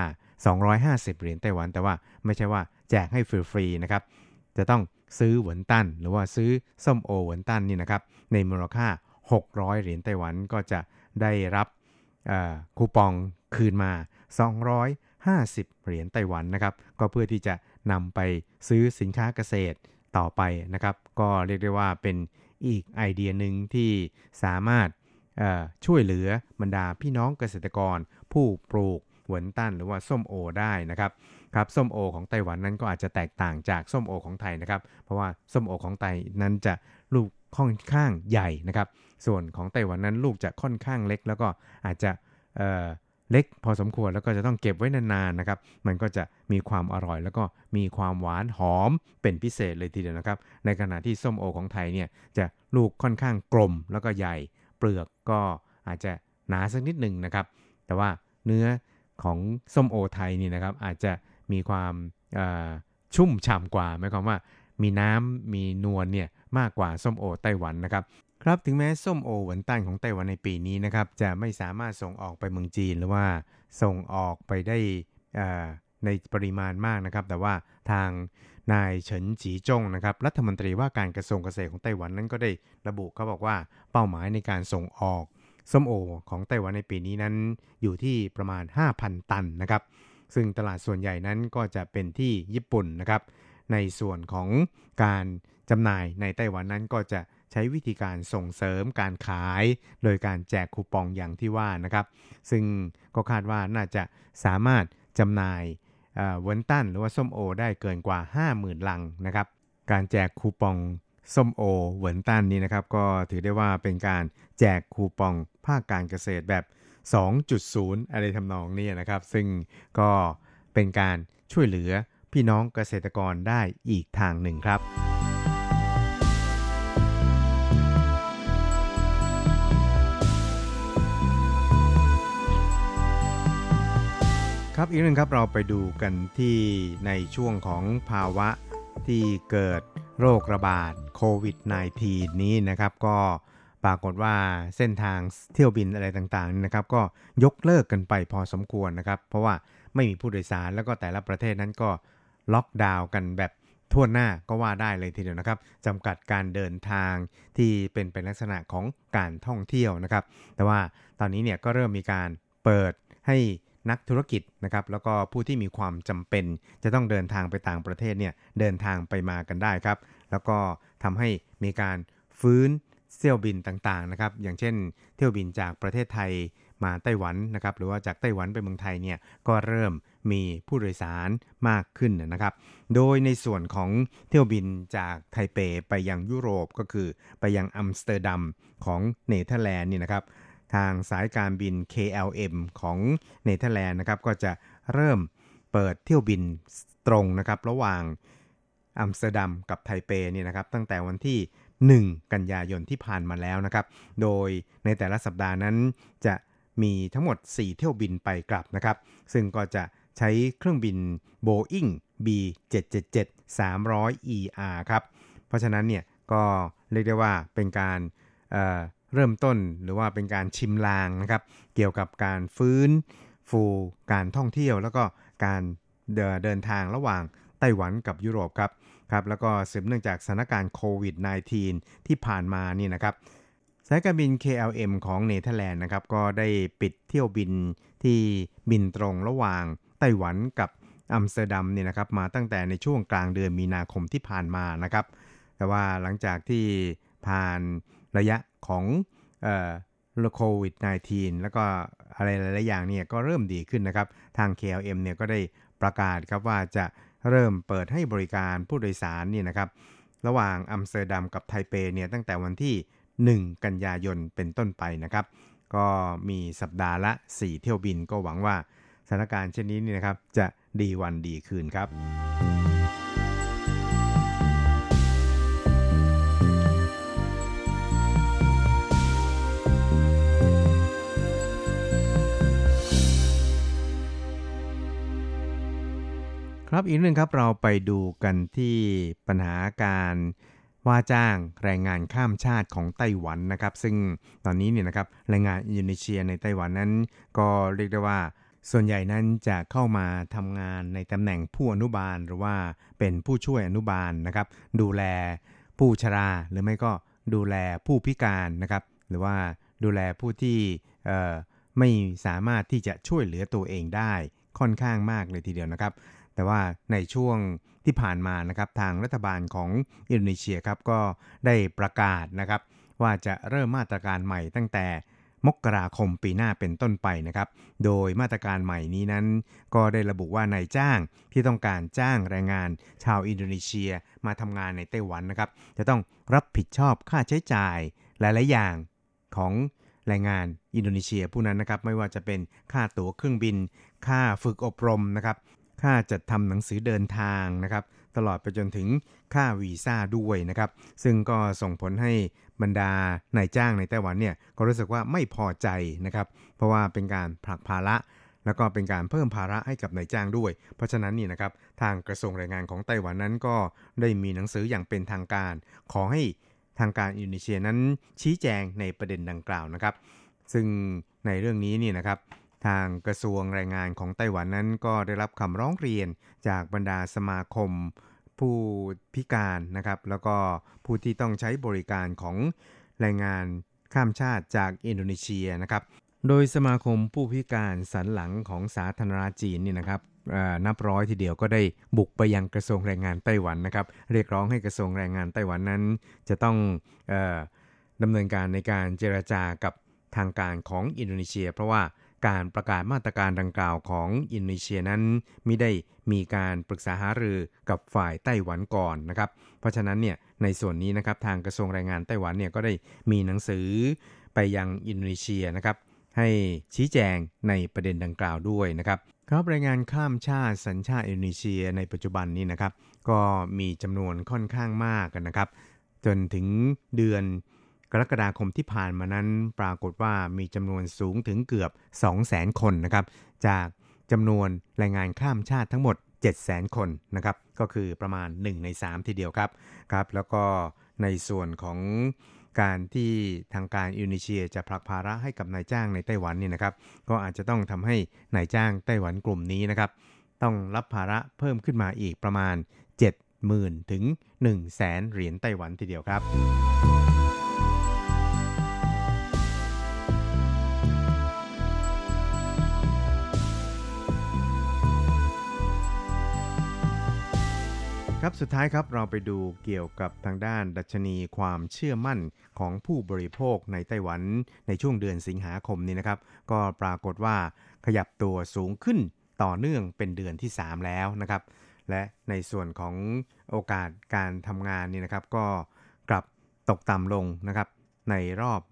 250เหรียญไต้หวันแต่ว่าไม่ใช่ว่าแจกให้ฟรีๆนะครับจะต้องซื้อเหวินตั้นหรือว่าซื้อส้มโอเหวินตั้นนี่นะครับในมูลค่า600เหรียญไต้หวันก็จะได้รับคูปองคืนมา250เหรียญไต้หวันนะครับก็เพื่อที่จะนำไปซื้อสินค้าเกษตรต่อไปนะครับก็เรียกได้ว่าเป็นอีกไอเดียหนึ่งที่สามารถช่วยเหลือบรรดาพี่น้องเกษตรกรผู้ปลูกเหวินตั้นหรือว่าส้มโอได้นะครับครับส้มโอของไต้หวันนั้นก็อาจจะแตกต่างจากส้มโอของไทยนะครับเพราะว่าส้มโอของไทยนั้นจะลูกค่อนข้างใหญ่นะครับส่วนของไต้หวันนั้นลูกจะค่อนข้างเล็กแล้วก็อาจจะเล็กพอสมควรแล้วก็จะต้องเก็บไว้นานๆนะครับมันก็จะมีความอร่อยแล้วก็มีความหวานหอมเป็นพิเศษเลยทีเดียวนะครับในขณะที่ส้มโอของไทยเนี่ยจะลูกค่อนข้างกลมแล้วก็ใหญ่เปลือกก็อาจจะหนาสักนิดนึงนะครับแต่ว่าเนื้อของส้มโอไทยนี่นะครับอาจจะมีความชุ่มฉ่ำกว่าหมายความว่ามีน้ำมีนวลเนี่ยมากกว่าส้มโอไต้หวันนะครับครับถึงแม้ส้มโอเหวินตั้นของไต้หวันในปีนี้นะครับจะไม่สามารถส่งออกไปเมืองจีนหรือว่าส่งออกไปได้ในปริมาณมากนะครับแต่ว่าทางนายเฉินจีจงนะครับรัฐมนตรีว่าการกระทรวงเกษตรของไต้หวันนั้นก็ได้ระบุเขาบอกว่าเป้าหมายในการส่งออกส้มโอของไต้หวันในปีนี้นั้นอยู่ที่ประมาณ 5,000 ตันนะครับซึ่งตลาดส่วนใหญ่นั้นก็จะเป็นที่ญี่ปุ่นนะครับในส่วนของการจำหน่ายในไต้หวันนั้นก็จะใช้วิธีการส่งเสริมการขายโดยการแจกคูปองอย่างที่ว่านะครับซึ่งก็คาดว่าน่าจะสามารถจำหน่ายเหวินตั้นหรือว่าส้มโอได้เกินกว่า 50,000 ลังนะครับการแจกคูปองส้มโอเหวินตั้นนี้นะครับก็ถือได้ว่าเป็นการแจกคูปองภาคการเกษตรแบบ 2.0 อะไรทำนองนี้นะครับซึ่งก็เป็นการช่วยเหลือพี่น้องเกษตรกรได้อีกทางหนึ่งครับครับอีกหนึ่งครับเราไปดูกันที่ในช่วงของภาวะที่เกิดโรคระบาดโควิด -19 นี้นะครับก็ปรากฏว่าเส้นทางเที่ยวบินอะไรต่างๆนะครับก็ยกเลิกกันไปพอสมควรนะครับเพราะว่าไม่มีผู้โดยสารแล้วก็แต่ละประเทศนั้นก็ล็อกดาวน์กันแบบทั่วหน้าก็ว่าได้เลยทีเดียวนะครับจำกัดการเดินทางที่เป็นลักษณะของการท่องเที่ยวนะครับแต่ว่าตอนนี้เนี่ยก็เริ่มมีการเปิดให้นักธุรกิจนะครับแล้วก็ผู้ที่มีความจำเป็นจะต้องเดินทางไปต่างประเทศเนี่ยเดินทางไปมากันได้ครับแล้วก็ทำให้มีการฟื้นเที่ยวบินต่างๆนะครับอย่างเช่นเที่ยวบินจากประเทศไทยมาไต้หวันนะครับหรือว่าจากไต้หวันไปเมืองไทยเนี่ยก็เริ่มมีผู้โดยสารมากขึ้นนะครับโดยในส่วนของเที่ยวบินจากไทเปไปยังยุโรปก็คือไปยังอัมสเตอร์ดัมของเนเธอร์แลนด์นี่นะครับทางสายการบิน KLM ของเนเธอร์แลนด์นะครับก็จะเริ่มเปิดเที่ยวบินตรงนะครับระหว่างอัมสเตอร์ดัมกับไทเปนี่นะครับตั้งแต่วันที่1 กันยายนที่ผ่านมาแล้วนะครับโดยในแต่ละสัปดาห์นั้นจะมีทั้งหมด4เที่ยวบินไปกลับนะครับซึ่งก็จะใช้เครื่องบิน Boeing B777-300ER ครับเพราะฉะนั้นเนี่ยก็เรียกได้ว่าเป็นการเริ่มต้นหรือว่าเป็นการชิมลางนะครับเกี่ยวกับการฟื้นฟูการท่องเที่ยวแล้วก็การเดินทางระหว่างไต้หวันกับยุโรปครับแล้วก็สืบเนื่องจากสถานการณ์โควิด -19 ที่ผ่านมานี่นะครับสายการบิน KLM ของเนเธอร์แลนด์นะครับก็ได้ปิดเที่ยวบินที่บินตรงระหว่างไต้หวันกับอัมสเตอร์ดัมเนี่ยนะครับมาตั้งแต่ในช่วงกลางเดือนมีนาคมที่ผ่านมานะครับแต่ว่าหลังจากที่ผ่านระยะของโควิด -19 แล้วก็อะไรหลายๆอย่างเนี่ยก็เริ่มดีขึ้นนะครับทาง KLM เนี่ยก็ได้ประกาศครับว่าจะเริ่มเปิดให้บริการผู้โดยสารนี่นะครับระหว่างอัมสเตอร์ดัมกับไทเปเนี่ยตั้งแต่วันที่1 กันยายนเป็นต้นไปนะครับก็มีสัปดาห์ละ4เที่ยวบินก็หวังว่าสถานการณ์เช่นนี้นี่นะครับจะดีวันดีคืนครับคครับอีกหนึ่งครับเราไปดูกันที่ปัญหาการว่าจ้างแรงงานข้ามชาติของไต้หวันนะครับซึ่งตอนนี้เนี่ยนะครับแรงงานอินโดนีเซียในไต้หวันนั้นก็เรียกได้ว่าส่วนใหญ่นั้นจะเข้ามาทำงานในตำแหน่งผู้อนุบาลหรือว่าเป็นผู้ช่วยอนุบาลนะครับดูแลผู้ชราหรือไม่ก็ดูแลผู้พิการนะครับหรือว่าดูแลผู้ที่ไม่สามารถที่จะช่วยเหลือตัวเองได้ค่อนข้างมากเลยทีเดียวนะครับแต่ว่าในช่วงที่ผ่านมานะครับทางรัฐบาลของอินโดนีเซียครับก็ได้ประกาศนะครับว่าจะเริ่มมาตรการใหม่ตั้งแต่มกราคมปีหน้าเป็นต้นไปนะครับโดยมาตรการใหม่นี้นั้นก็ได้ระบุว่านายจ้างที่ต้องการจ้างแรงงานชาวอินโดนีเซียมาทำงานในไต้หวันนะครับจะต้องรับผิดชอบค่าใช้จ่ายหลายๆอย่างของแรงงานอินโดนีเซียผู้นั้นนะครับไม่ว่าจะเป็นค่าตั๋วเครื่องบินค่าฝึกอบรมนะครับค่าจัดทำหนังสือเดินทางนะครับตลอดไปจนถึงค่าวีซ่าด้วยนะครับซึ่งก็ส่งผลให้บรรดานายจ้างในไต้หวันเนี่ยก็รู้สึกว่าไม่พอใจนะครับเพราะว่าเป็นการผลักภาระแล้วก็เป็นการเพิ่มภาระให้กับนายจ้างด้วยเพราะฉะนั้นนี่นะครับทางกระทรวงแรงงานของไต้หวันนั้นก็ได้มีหนังสืออย่างเป็นทางการขอให้ทางการอินโดนีเซียนั้นชี้แจงในประเด็นดังกล่าวนะครับซึ่งในเรื่องนี้นี่นะครับทางกระทรวงแรงงานของไต้หวันนั้นก็ได้รับคำร้องเรียนจากบรรดาสมาคมผู้พิการนะครับแล้วก็ผู้ที่ต้องใช้บริการของแรงงานข้ามชาติจากอินโดนีเซียนะครับโดยสมาคมผู้พิการสันหลังของสาธารณรัฐจีนนี่นะครับนับร้อยทีเดียวก็ได้บุกไปยังกระทรวงแรงงานไต้หวันนะครับเรียกร้องให้กระทรวงแรงงานไต้หวันนั้นจะต้องดำเนินการในการเจรจากับทางการของอินโดนีเซียเพราะว่าการประกาศมาตรการดังกล่าวของอินโดนีเซียนั้นมิได้มีการปรึกษาหารือกับฝ่ายไต้หวันก่อนนะครับเพราะฉะนั้นเนี่ยในส่วนนี้นะครับทางกระทรวงแรงงานไต้หวันเนี่ยก็ได้มีหนังสือไปยังอินโดนีเซียนะครับให้ชี้แจงในประเด็นดังกล่าวด้วยนะครับครับแรงงานข้ามชาติสัญชาติอินโดนีเซียในปัจจุบันนี้นะครับก็มีจำนวนค่อนข้างมากกันนะครับจนถึงเดือนกรกฎาคมที่ผ่านมานั้นปรากฏว่ามีจำนวนสูงถึงเกือบ 200,000 คนนะครับจากจำนวนแรงงานข้ามชาติทั้งหมด 700,000 คนนะครับก็คือประมาณ1ใน3ทีเดียวครับแล้วก็ในส่วนของการที่ทางการอินโดนีเซียจะผลักภาระให้กับนายจ้างในไต้หวันนี่นะครับก็อาจจะต้องทำให้นายจ้างไต้หวันกลุ่มนี้นะครับต้องรับภาระเพิ่มขึ้นมาอีกประมาณ 70,000 ถึง 100,000 เหรียญไต้หวันทีเดียวครับครับสุดท้ายครับเราไปดูเกี่ยวกับทางด้านดัชนีความเชื่อมั่นของผู้บริโภคในไต้หวันในช่วงเดือนสิงหาคมนี้นะครับก็ปรากฏว่าขยับตัวสูงขึ้นต่อเนื่องเป็นเดือนที่3แล้วนะครับและในส่วนของโอกาสการทำงานนี่นะครับก็กลับตกต่ำลงนะครับในรอบ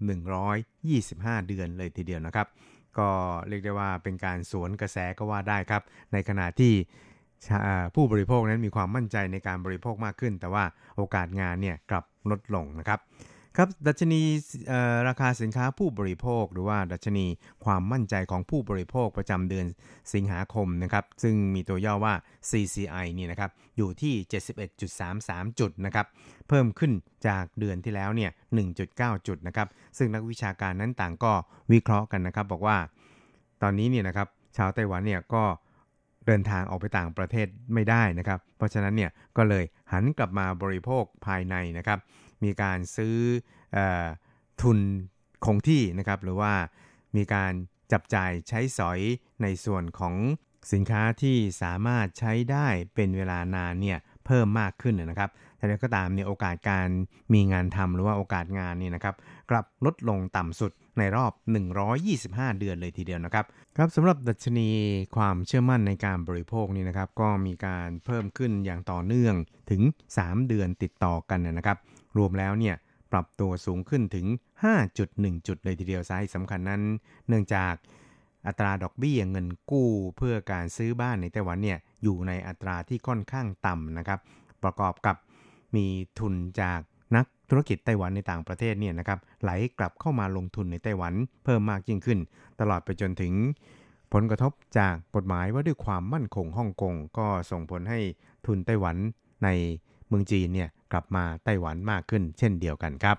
125เดือนเลยทีเดียวนะครับก็เรียกได้ว่าเป็นการสวนกระแสก็ว่าได้ครับในขณะที่ผู้บริโภคนั้นมีความมั่นใจในการบริโภคมากขึ้นแต่ว่าโอกาสงานเนี่ยกลับลดลงนะครับดัชนีราคาสินค้าผู้บริโภคหรือว่าดัชนีความมั่นใจของผู้บริโภคประจำเดือนสิงหาคมนะครับซึ่งมีตัวย่อว่า CCI นี่นะครับอยู่ที่ 71.33 จุดนะครับเพิ่มขึ้นจากเดือนที่แล้วเนี่ย 1.9 จุดนะครับซึ่งนักวิชาการนั้นต่างก็วิเคราะห์กันนะครับบอกว่าตอนนี้เนี่ยนะครับชาวไต้หวันเนี่ยก็เดินทางออกไปต่างประเทศไม่ได้นะครับเพราะฉะนั้นเนี่ยก็เลยหันกลับมาบริโภคภายในนะครับมีการซื้อทุนคงที่นะครับหรือว่ามีการจับจ่ายใช้สอยในส่วนของสินค้าที่สามารถใช้ได้เป็นเวลานานเนี่ยเพิ่มมากขึ้นนะครับแต่ก็ตามเนี่ยโอกาสการมีงานทำหรือว่าโอกาสงานนี่นะครับกลับลดลงต่ำสุดในรอบ125เดือนเลยทีเดียวนะครับสำหรับดัชนีความเชื่อมั่นในการบริโภคนี่นะครับก็มีการเพิ่มขึ้นอย่างต่อเนื่องถึง3เดือนติดต่อกันนะครับรวมแล้วเนี่ยปรับตัวสูงขึ้นถึง 5.1 จุดเลยทีเดียวสาเหตุสำคัญนั้นเนื่องจากอัตราดอกเบี้ยเงินกู้เพื่อการซื้อบ้านในไต้หวันเนี่ยอยู่ในอัตราที่ค่อนข้างต่ำนะครับประกอบกับมีทุนจากนักธุรกิจไต้หวันในต่างประเทศเนี่ยนะครับไหลกลับเข้ามาลงทุนในไต้หวันเพิ่มมากยิ่งขึ้นตลอดไปจนถึงผลกระทบจากกฎหมายว่าด้วยความมั่นคงฮ่องกงก็ส่งผลให้ทุนไต้หวันในเมืองจีนเนี่ยกลับมาไต้หวันมากขึ้นเช่นเดียวกันครับ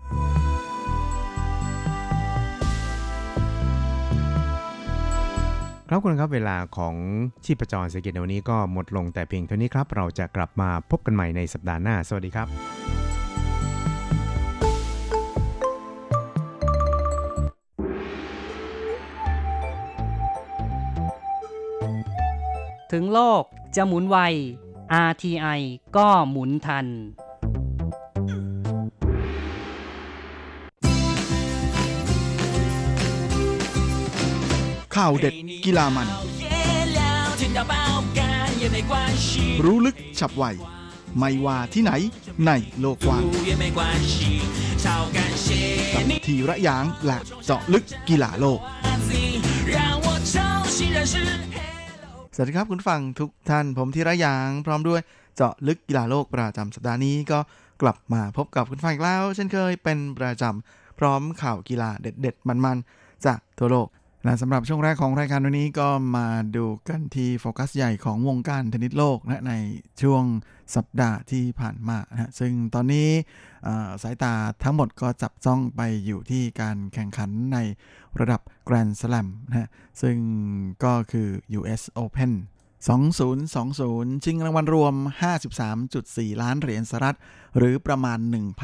ครับคุณครับเวลาของชีพจรเศรษฐกิจในวันนี้ก็หมดลงแต่เพียงเท่านี้ครับเราจะกลับมาพบกันใหม่ในสัปดาห์หน้าสวัสดีครับถึงโลกจะหมุนไว RTI ก็หมุนทันข่าวเด็ดกีฬามันรู้ลึกฉับไวไม่ว่าที่ไหนในโลกกว้างกับทีระยางและเจาะลึกกีฬาโลกสวัสดีครับคุณฟังทุกท่านผมธีระยางพร้อมด้วยเจาะลึกกีฬาโลกประจำสัปดาห์นี้ก็กลับมาพบกับคุณฟังอีกแล้วเช่นเคยเป็นประจำพร้อมข่าวกีฬาเด็ดๆมันๆจากทั่วโลกและสำหรับช่วงแรกของรายการวันนี้ก็มาดูกันที่โฟกัสใหญ่ของวงการเทนนิสโลกนะในช่วงสัปดาห์ที่ผ่านมานะซึ่งตอนนี้สายตาทั้งหมดก็จับจ้องไปอยู่ที่การแข่งขันในระดับ Grand Slam นะซึ่งก็คือ US Open 2020 ชิงรางวัลรวม 53.4 ล้านเหรียญสหรัฐหรือประมาณ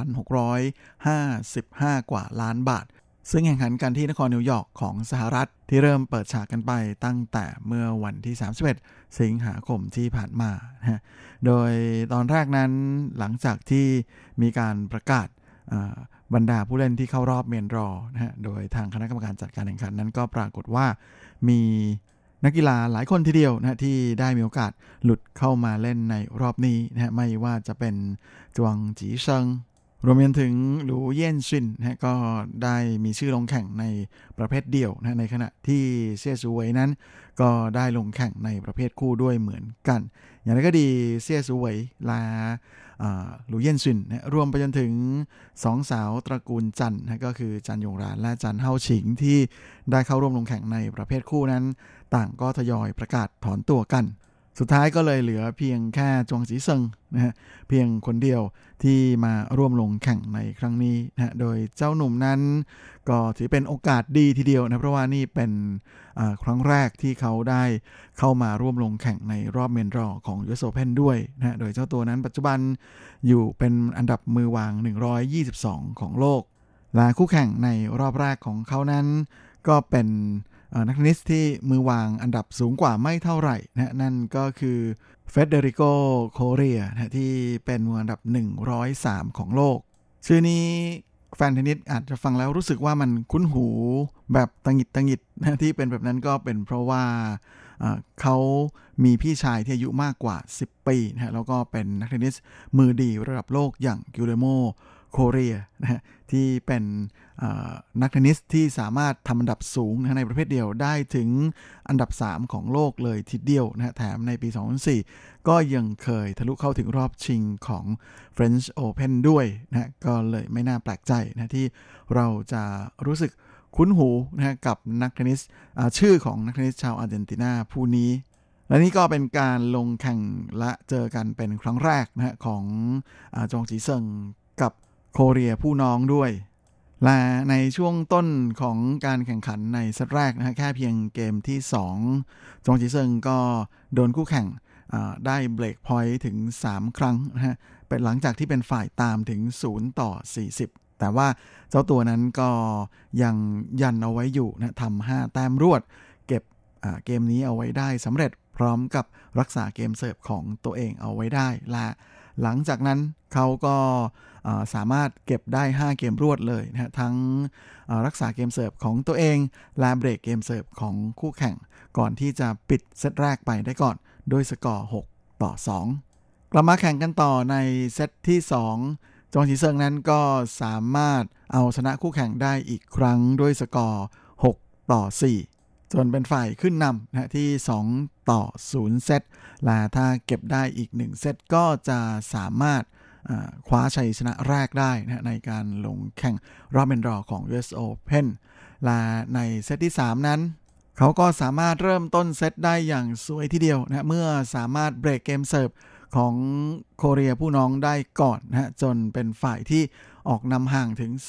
1,655 กว่าล้านบาทซึ่งแข่งขันกันที่นครนิวยอร์กของสหรัฐที่เริ่มเปิดฉากกันไปตั้งแต่เมื่อวันที่31สิงหาคมที่ผ่านมานะโดยตอนแรกนั้นหลังจากที่มีการประกาศบรรดาผู้เล่นที่เข้ารอบเมนดรอนะฮะโดยทางคณะกรรมการจัดการแข่งขันนั้นก็ปรากฏว่ามีนักกีฬาหลายคนทีเดียวนะที่ได้มีโอกาสหลุดเข้ามาเล่นในรอบนี้นะฮะไม่ว่าจะเป็นจวงจีเซิงรวมไปถึงหลูเย่นซินนะก็ได้มีชื่อลงแข่งในประเภทเดี่ยวนะในขณะที่เซี่ยซูเว่ยนั้นก็ได้ลงแข่งในประเภทคู่ด้วยเหมือนกันอย่างไรก็ดีเซี่ยซูเว่ยและหลูเย่นซินนะรวมไปจนถึงสองสาวตระกูลจันนะก็คือจันยงรานและจันเฮาฉิงที่ได้เข้าร่วมลงแข่งในประเภทคู่นั้นต่างก็ทยอยประกาศถอนตัวกันสุดท้ายก็เลยเหลือเพียงแค่จวงจีเซิงนะฮะเพียงคนเดียวที่มาร่วมลงแข่งในครั้งนี้นะโดยเจ้าหนุ่มนั้นก็ถือเป็นโอกาสดีทีเดียวนะเพราะว่านี่เป็นครั้งแรกที่เขาได้เข้ามาร่วมลงแข่งในรอบเมนดรอของ US Open ด้วยนะโดยเจ้าตัวนั้นปัจจุบันอยู่เป็นอันดับมือวาง122ของโลกและคู่แข่งในรอบแรกของเขานั้นก็เป็นนักเทนนิสที่มือวางอันดับสูงกว่าไม่เท่าไหร่นะนั่นก็คือเฟเดริโกโคเรียนะที่เป็นมืออันดับ103ของโลกชื่อนี้แฟนเทนนิสอาจจะฟังแล้วรู้สึกว่ามันคุ้นหูแบบตังหิดนะที่เป็นแบบนั้นก็เป็นเพราะว่าเขามีพี่ชายที่อายุมากกว่า10ปีนะแล้วก็เป็นนักเทนนิสมือดีระดับโลกอย่างกิลเลโมโคเรียนะฮะที่เป็นนักเทนนิสที่สามารถทำอันดับสูงนะในประเภทเดียวได้ถึงอันดับ3ของโลกเลยทีเดียวนะแถมในปี2004ก็ยังเคยทะลุเข้าถึงรอบชิงของ French Open ด้วยนะก็เลยไม่น่าแปลกใจนะที่เราจะรู้สึกคุ้นหูนะกับนักเทนนิสชื่อของนักเทนนิสชาวอาร์เจนตินาผู้นี้และนี่ก็เป็นการลงแข่งและเจอกันเป็นครั้งแรกนะของจงจีเซิงกับโคเรียผู้น้องด้วยและในช่วงต้นของการแข่งขันในเซตแรกนะแค่เพียงเกมที่2จงจีเซิงก็โดนคู่แข่งได้เบรกพอยต์ถึง3ครั้งนะฮะเป็นหลังจากที่เป็นฝ่ายตามถึง0-40แต่ว่าเจ้าตัวนั้นก็ยังยันเอาไว้อยู่นะทำ5แต้มรวดเก็บเกมนี้เอาไว้ได้สำเร็จพร้อมกับรักษาเกมเสิร์ฟของตัวเองเอาไว้ได้และหลังจากนั้นเขาก็สามารถเก็บได้5เกมรวดเลยนะทั้งรักษาเกมเสิร์ฟของตัวเองและเบรกเกมเสิร์ฟของคู่แข่งก่อนที่จะปิดเซตแรกไปได้ก่อนด้วยสกอร์6-2กลับมาแข่งกันต่อในเซตที่2จงจีเซิงนั้นก็สามารถเอาชนะคู่แข่งได้อีกครั้งด้วยสกอร์6-4จนเป็นฝ่ายขึ้นนำนะที่2-0เซตและถ้าเก็บได้อีก1เซตก็จะสามารถคว้าชัยชนะแรกได้นะในการลงแข่งรอบเมนดรอของ US Open และในเซตที่3นั้นเขาก็สามารถเริ่มต้นเซตได้อย่างสวยทีเดียวนะเมื่อสามารถเบรกเกมเสิร์ฟของโคเรียผู้น้องได้ก่อนนะจนเป็นฝ่ายที่ออกนำห่างถึง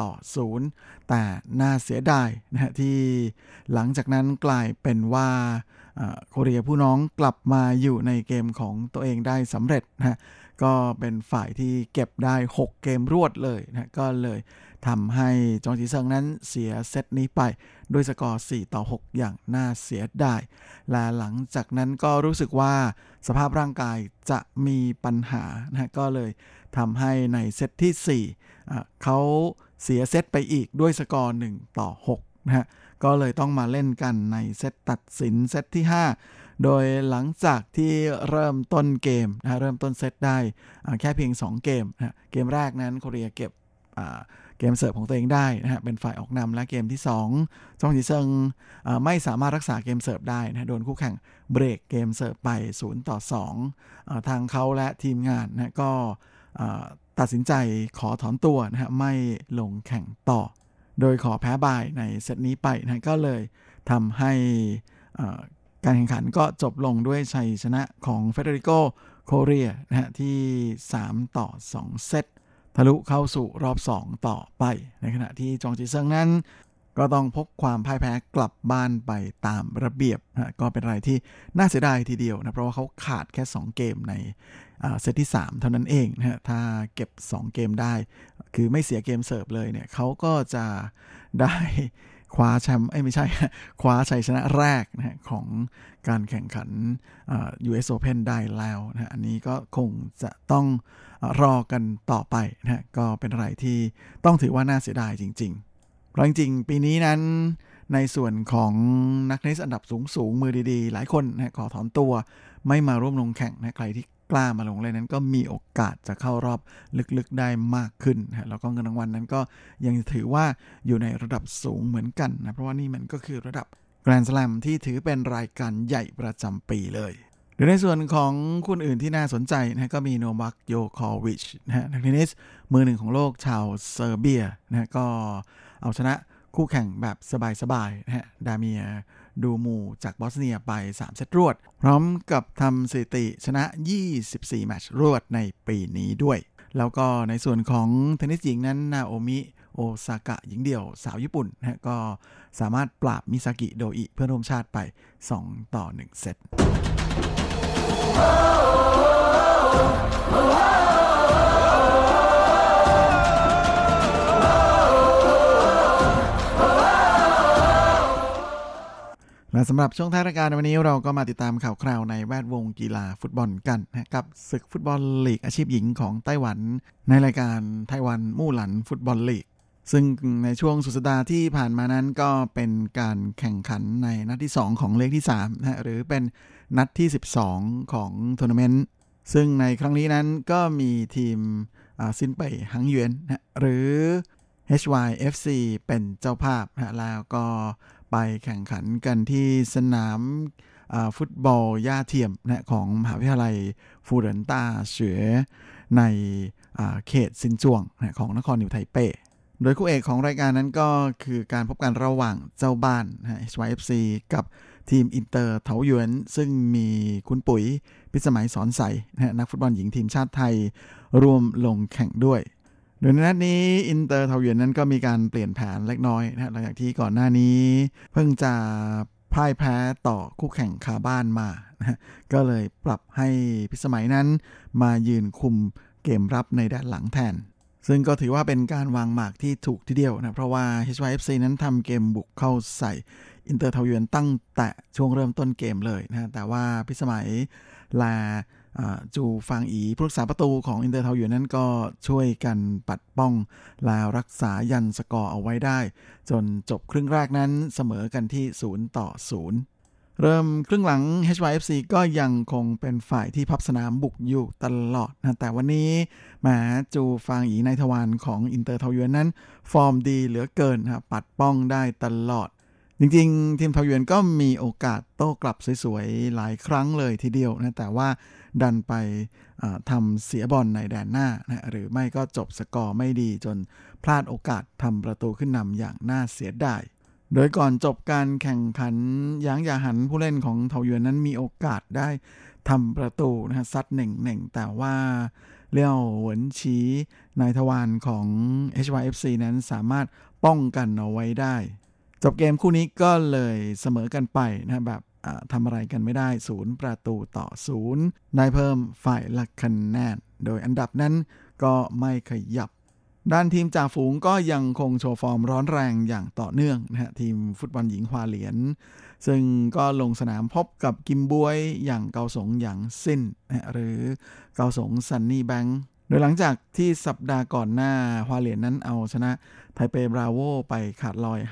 4-0แต่น่าเสียดายนะที่หลังจากนั้นกลายเป็นว่าโคเรียผู้น้องกลับมาอยู่ในเกมของตัวเองได้สำเร็จนะก็เป็นฝ่ายที่เก็บได้6เกมรวดเลยนะก็เลยทำให้จองจีเซิงนั้นเสียเซตนี้ไปด้วยสกอร์4-6อย่างน่าเสียดายและหลังจากนั้นก็รู้สึกว่าสภาพร่างกายจะมีปัญหานะก็เลยทำให้ในเซตที่4เขาเสียเซตไปอีกด้วยสกอร์1-6นะฮะก็เลยต้องมาเล่นกันในเซตตัดสินเซตที่5โดยหลังจากที่เริ่มต้นเกมนะเริ่มต้นเซตได้แค่เพียง2เกมนะเกมแรกนั้นโคเรียเก็บเกมเสิร์ฟของตัวเองได้นะฮะเป็นฝ่ายออกนำและเกมที่2จองจีเซิงไม่สามารถรักษาเกมเสิร์ฟได้นะโดนคู่แข่งเบรกเกมเสิร์ฟไป0-2ทางเขาและทีมงานนะก็ตัดสินใจขอถอนตัวนะฮะไม่ลงแข่งต่อโดยขอแพ้บายในเซตนี้ไปนะก็เลยทำให้การแข่งขันก็จบลงด้วยชัยชนะของเฟเดริโกโคเรียนะฮะที่3-2เซตทะลุเข้าสู่รอบ2ต่อไปในขณะที่จองจีเซิงนั้นก็ต้องพกความพ่ายแพ้กลับบ้านไปตามระเบียบนะก็เป็นอะไรที่น่าเสียดายทีเดียวนะเพราะว่าเขาขาดแค่2เกมในเซตที่3เท่านั้นเองนะฮะถ้าเก็บ2เกมได้คือไม่เสียเกมเสิร์ฟเลยเนี่ยเขาก็จะได้คว้าแชมป์ไม่ใช่คว้าชัยชนะแรกนะฮะของการแข่งขันUS Open ได้แล้วนะอันนี้ก็คงจะต้องรอกันต่อไปนะก็เป็นอะไรที่ต้องถือว่าน่าเสียดายจริงๆเพราะจริงๆปีนี้นั้นในส่วนของนักเทนนิสอันดับสูงมือดีๆหลายคนนะขอถอนตัวไม่มาร่วมลงแข่งนะใครที่กล้ามาลงเล่นนั้นก็มีโอกาสจะเข้ารอบลึกๆได้มากขึ้นนะแล้วก็เงินรางวัลนั้นก็ยังถือว่าอยู่ในระดับสูงเหมือนกันนะเพราะว่านี่มันก็คือระดับแกรนด์สแลมที่ถือเป็นรายการใหญ่ประจำปีเลยหรือในส่วนของคู่อื่นที่น่าสนใจนะก็มีโนวัค โยโควิชนะฮะนักเทนนิสมือหนึ่งของโลกชาวเซอร์เบียนะก็เอาชนะคู่แข่งแบบสบายๆนะฮะดาเมียดูมูจากบอสเนียไป3เซตรวดพร้อมกับทำสถิติชนะ24แมตช์รวดในปีนี้ด้วยแล้วก็ในส่วนของเทนนิสหญิงนั้นนาโอมิโอซากะหญิงเดี่ยวสาวญี่ปุ่นนะก็สามารถปราบมิซากิโดอิเพื่อนร่วมชาติไป2-1เซตและสำหรับช่วงท้ายรายการในวันนี้เราก็มาติดตามข่าวคราวในแวดวงกีฬาฟุตบอลกันนะกับศึกฟุตบอลลีกอาชีพหญิงของไต้หวันในรายการไต้หวันมู่หลันฟุตบอลลีกซึ่งในช่วงสุดสัปดาห์ที่ผ่านมานั้นก็เป็นการแข่งขันในนัดที่2ของเลขที่3นะหรือเป็นนัดที่12ของทัวร์นาเมนต์ซึ่งในครั้งนี้นั้นก็มีทีมซินเป่ยหังหยวนนะหรือ HYFC เป็นเจ้าภาพนะแล้วก็ไปแข่งขันกันที่สนามฟุตบอลหญ้าเทียมนะของมหาวิทยาลัยฟูเหรินต้าเฉ๋อในเขตซินจวงนะของนครนิวไทเป้โดยคู่เอกของรายการนั้นก็คือการพบกันระหว่างเจ้าบ้านนะ HYFC กับทีมอินเตอร์เถาหยวนซึ่งมีคุณปุ๋ยพิสมัยสอนใสนะนักฟุตบอลหญิงทีมชาติไทยร่วมลงแข่งด้วยโดยในนัดนี้อินเตอร์เถาหยวนนั้นก็มีการเปลี่ยนแผนเล็กน้อยนะหลังจากที่ก่อนหน้านี้เพิ่งจะพ่ายแพ้ต่อคู่แข่งคาบ้านมานะก็เลยปรับให้พิสมัยนั้นมายืนคุมเกมรับในด้านหลังแทนซึ่งก็ถือว่าเป็นการวางหมากที่ถูกทีเดียวนะเพราะว่า HYFC นั้นทำเกมบุกเข้าใส่อินเตอร์เถาหยวนตั้งแต่ช่วงเริ่มต้นเกมเลยนะแต่ว่าพิสมัยและจูฟางอีผู้รักษาประตูของอินเตอร์เถาหยวนนั้นก็ช่วยกันปัดป้องและรักษายันสกอร์เอาไว้ได้จนจบครึ่งแรกนั้นเสมอกันที่0-0เริ่มครึ่งหลัง HYFC ก็ยังคงเป็นฝ่ายที่พับสนามบุกอยู่ตลอดนะแต่วันนี้แหมจูฟางอีในทวารของอินเตอร์เถาหยวนนั้นฟอร์มดีเหลือเกินนะปัดป้องได้ตลอดจริงๆทีมเถาหยวนก็มีโอกาสโต้กลับสวยๆหลายครั้งเลยทีเดียวนะแต่ว่าดันไปทำเสียบอลในแดนหน้านะหรือไม่ก็จบสกอร์ไม่ดีจนพลาดโอกาสทำประตูขึ้นนำอย่างน่าเสียดายโดยก่อนจบการแข่งขันหยางหยาหันผู้เล่นของเถาหยวนนั้นมีโอกาสได้ทำประตูนะฮะซัด 1-1 แต่ว่าเลี่ยวเหวินฉีนายทวารของ HYFC นั้นสามารถป้องกันเอาไว้ได้จบเกมคู่นี้ก็เลยเสมอกันไปนะแบบทำอะไรกันไม่ได้0-0ได้เพิ่มฝ่ายละคะแนนโดยอันดับนั้นก็ไม่ขยับด้านทีมจ่าฝูงก็ยังคงโชว์ฟอร์มร้อนแรงอย่างต่อเนื่องนะฮะทีมฟุตบอลหญิงฮวาเหลียนซึ่งก็ลงสนามพบกับกิมบวยอย่างเกาสงอย่างซินนะหรือเกาสงซันนี่แบงค์โดยหลังจากที่สัปดาห์ก่อนหน้าฮวาเหลียนนั้นเอาชนะไทเปบราโวไปขาดลอย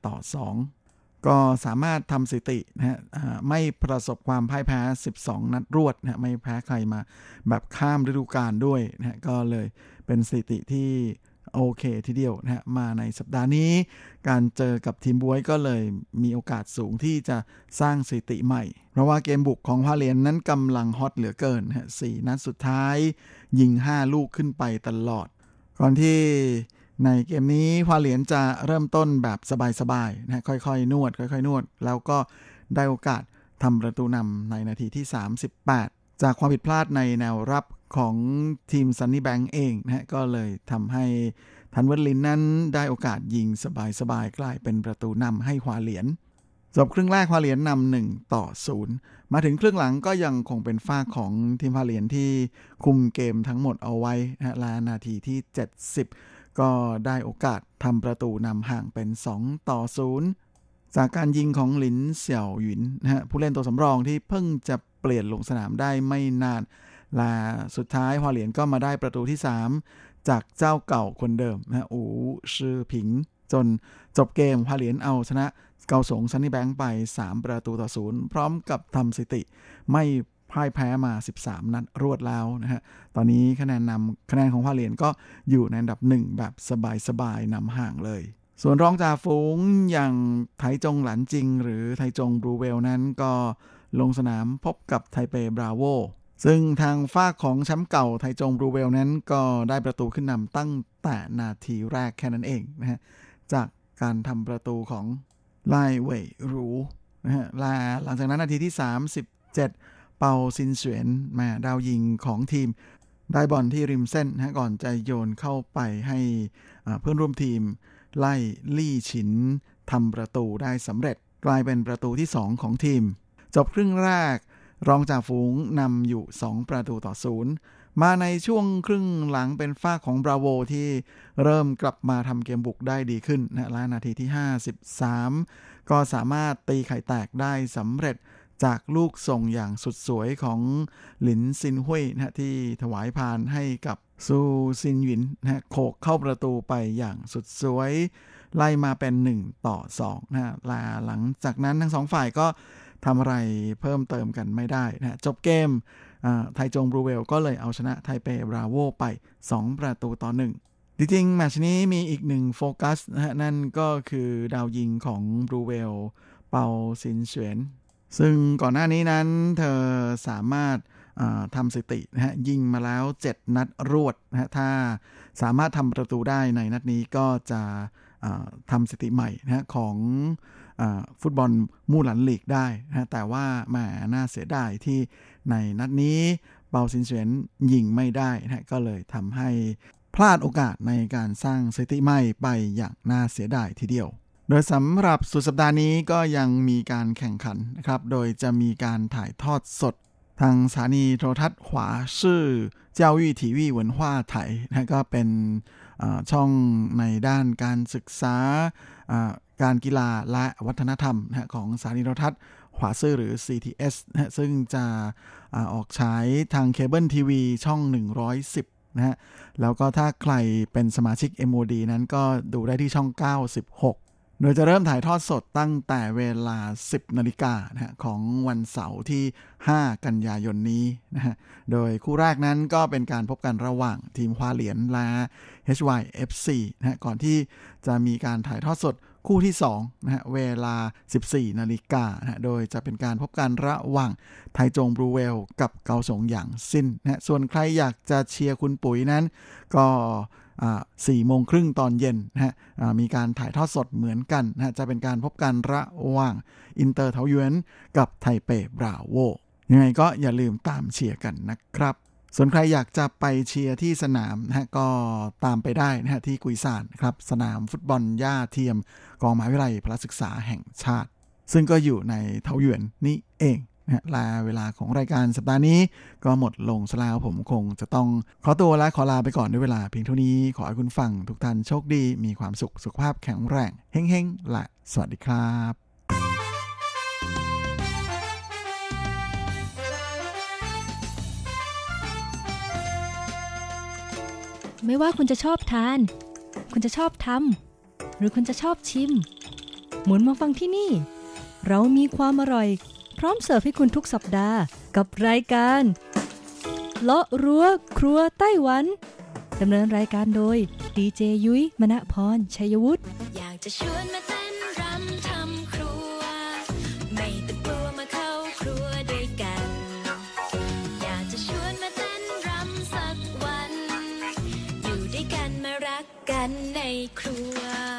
5-2ก็สามารถทำสถิตินะฮะไม่ประสบความพ่ายแพ้12นัดรวดนะไม่แพ้ใครมาแบบข้ามฤดูกาลด้วยนะฮะก็เลยเป็นสถิติที่โอเคทีเดียวนะฮะมาในสัปดาห์นี้การเจอกับทีมบวยก็เลยมีโอกาสสูงที่จะสร้างสถิติใหม่เพราะว่าเกมบุกของฮวาเหลียนนั้นกำลังฮอตเหลือเกินนะฮะ4นัดสุดท้ายยิง5ลูกขึ้นไปตลอดก่อนที่ในเกมนี้ฮวาเหลียนจะเริ่มต้นแบบสบายๆนะค่อยๆนวดแล้วก็ได้โอกาสทำประตูนำในนาทีที่38จากความผิดพลาดในแนวรับของทีมซันนี่แบงค์เองนะก็เลยทำให้ทันเวิร์ดลินนั้นได้โอกาสยิงสบายๆกลายเป็นประตูนำให้ฮวาเหลียนจบครึ่งแรกฮวาเหลียนนำ1-0มาถึงครึ่งหลังก็ยังคงเป็นฝ่ายของทีมฮวาเหลียนที่คุมเกมทั้งหมดเอาไว้นะและนาทีที่70ก็ได้โอกาสทำประตูนำห่างเป็น2-0จากการยิงของหลินเสี่ยวหยินนะฮะผู้เล่นตัวสำรองที่เพิ่งจะเปลี่ยนลงสนามได้ไม่นานและสุดท้ายฮวาเหลียนก็มาได้ประตูที่3จากเจ้าเก่าคนเดิมนะอู๋ชื่อผิงจนจบเกมฮวาเหลียนเอาชนะเกาสงซันนี่แบงค์ไป3-0พร้อมกับทำสถิติไม่พ่ายแพ้มา13นัดรวดแล้วนะฮะตอนนี้คะแนนของฮวาเหลียนก็อยู่ในอันดับ1แบบสบายๆนำห่างเลยส่วนรองจ่าฝูงอย่างไถจงหลันจิงหรือไถจงบลูเวลนั้นก็ลงสนามพบกับไทเปบราโวซึ่งทางฝ่ายของแชมป์เก่าไทจงบลูเวลนั้นก็ได้ประตูขึ้นนำตั้งแต่นาทีแรกแค่นั้นเองนะฮะจากการทำประตูของไล่เว่ยหรูนะฮะหลังจากนั้นนาทีที่37เปาซินเสวียนมาดาวยิงของทีมได้บอลที่ริมเส้นนะก่อนจะโยนเข้าไปให้เพื่อนร่วมทีมไล่ลี่ฉินทำประตูได้สำเร็จกลายเป็นประตูที่2ของทีมจบครึ่งแรกรองจ่าฝูงนำอยู่2-0มาในช่วงครึ่งหลังเป็นฝ่ายของบราโวที่เริ่มกลับมาทำเกมบุกได้ดีขึ้นนะและนาทีที่53ก็สามารถตีไข่แตกได้สำเร็จจากลูกส่งอย่างสุดสวยของหลินซินหุยนะที่ถวายพานให้กับซูซินหยินนะโขกเข้าประตูไปอย่างสุดสวยไล่มาเป็น1-2นะและหลังจากนั้นทั้ง2ฝ่ายก็ทำอะไรเพิ่มเติมกันไม่ได้นะจบเกมไทจงบลูเวลก็เลยเอาชนะไทเปบราโวไป2-1จริงๆแมตช์นี้มีอีก1โฟกัสนะนั่นก็คือดาวยิงของบลูเวลเปาซินเสวียนซึ่งก่อนหน้านี้นั้นเธอสามารถทำสถิตินะฮะยิงมาแล้ว7นัดรวดนะฮะถ้าสามารถทำประตูได้ในนัดนี้ก็จะทำสถิติใหม่นะของฟุตบอลมู่หลันลีกได้นะแต่ว่าแหมน่าเสียดายที่ในนัดนี้เปาซินเสวียนยิงไม่ได้นะก็เลยทำให้พลาดโอกาสในการสร้างสถิติใหม่ไปอย่างน่าเสียดายทีเดียวโดยสำหรับสุดสัปดาห์นี้ก็ยังมีการแข่งขันนะครับโดยจะมีการถ่ายทอดสดทางสถานีโทรทัศน์หวาซื่อเจ้าวี่ทีวีเหวินว่าไถนะก็เป็นช่องในด้านการศึกษาการกีฬาและวัฒนธรรมนะของสถานีโทรทัศน์หวาซื่อหรือ CTS นะซึ่งจะออกฉายทางเคเบิลทีวีช่อง110นะฮะแล้วก็ถ้าใครเป็นสมาชิก MOD นั้นก็ดูได้ที่ช่อง96โดยจะเริ่มถ่ายทอดสดตั้งแต่เวลา 10 นาฬิกานะฮะของวันเสาร์ที่5กันยายนนี้นะฮะโดยคู่แรกนั้นก็เป็นการพบกันระหว่างทีมฮวาเหลียนและ HYFC นะฮะก่อนที่จะมีการถ่ายทอดสดคู่ที่2นะฮะเวลา 14 นาฬิกานะฮะโดยจะเป็นการพบกันระหว่างไทจงบลูเวลกับเกาสงหยางซินนะฮะส่วนใครอยากจะเชียร์คุณปุ๋ยนั้นก็ 4 โมงครึ่งตอนเย็นนะฮะมีการถ่ายทอดสดเหมือนกันนะฮะจะเป็นการพบกันระหว่างอินเตอร์เทาหยวนกับไทเปบราโวยังไงก็อย่าลืมตามเชียร์กันนะครับส่วนใครอยากจะไปเชียร์ที่สนามนะฮะก็ตามไปได้นะฮะที่กุยซานครับสนามฟุตบอลหญ้าเทียมกองมหาวิทยาลัยพละศึกษาแห่งชาติซึ่งก็อยู่ในเทาหยวนนี่เองนะและเวลาของรายการสัปดาห์นี้ก็หมดลงซะแล้วผมคงจะต้องขอตัวและขอลาไปก่อนด้วยเวลาเพียงเท่านี้ขอให้คุณฟังทุกท่านโชคดีมีความสุขสุขภาพแข็งแรงเฮ้งๆและสวัสดีครับไม่ว่าคุณจะชอบทานคุณจะชอบทำหรือคุณจะชอบชิมหมุนมาฟังที่นี่เรามีความอร่อยพร้อมเสิร์ฟให้คุณทุกสัปดาห์กับรายการเลาะรั้วครัวไต้หวันดำเนินรายการโดยดีเจยุ้ยมณพรชัยวุฒิอยากจะชวนมาเต้นรำทำครัวไม่ต้องกลัวมาเข้าครัวด้วยกันอยากจะชวนมาเต้นรำสักวันอยู่ด้วยกันมารักกันในครัว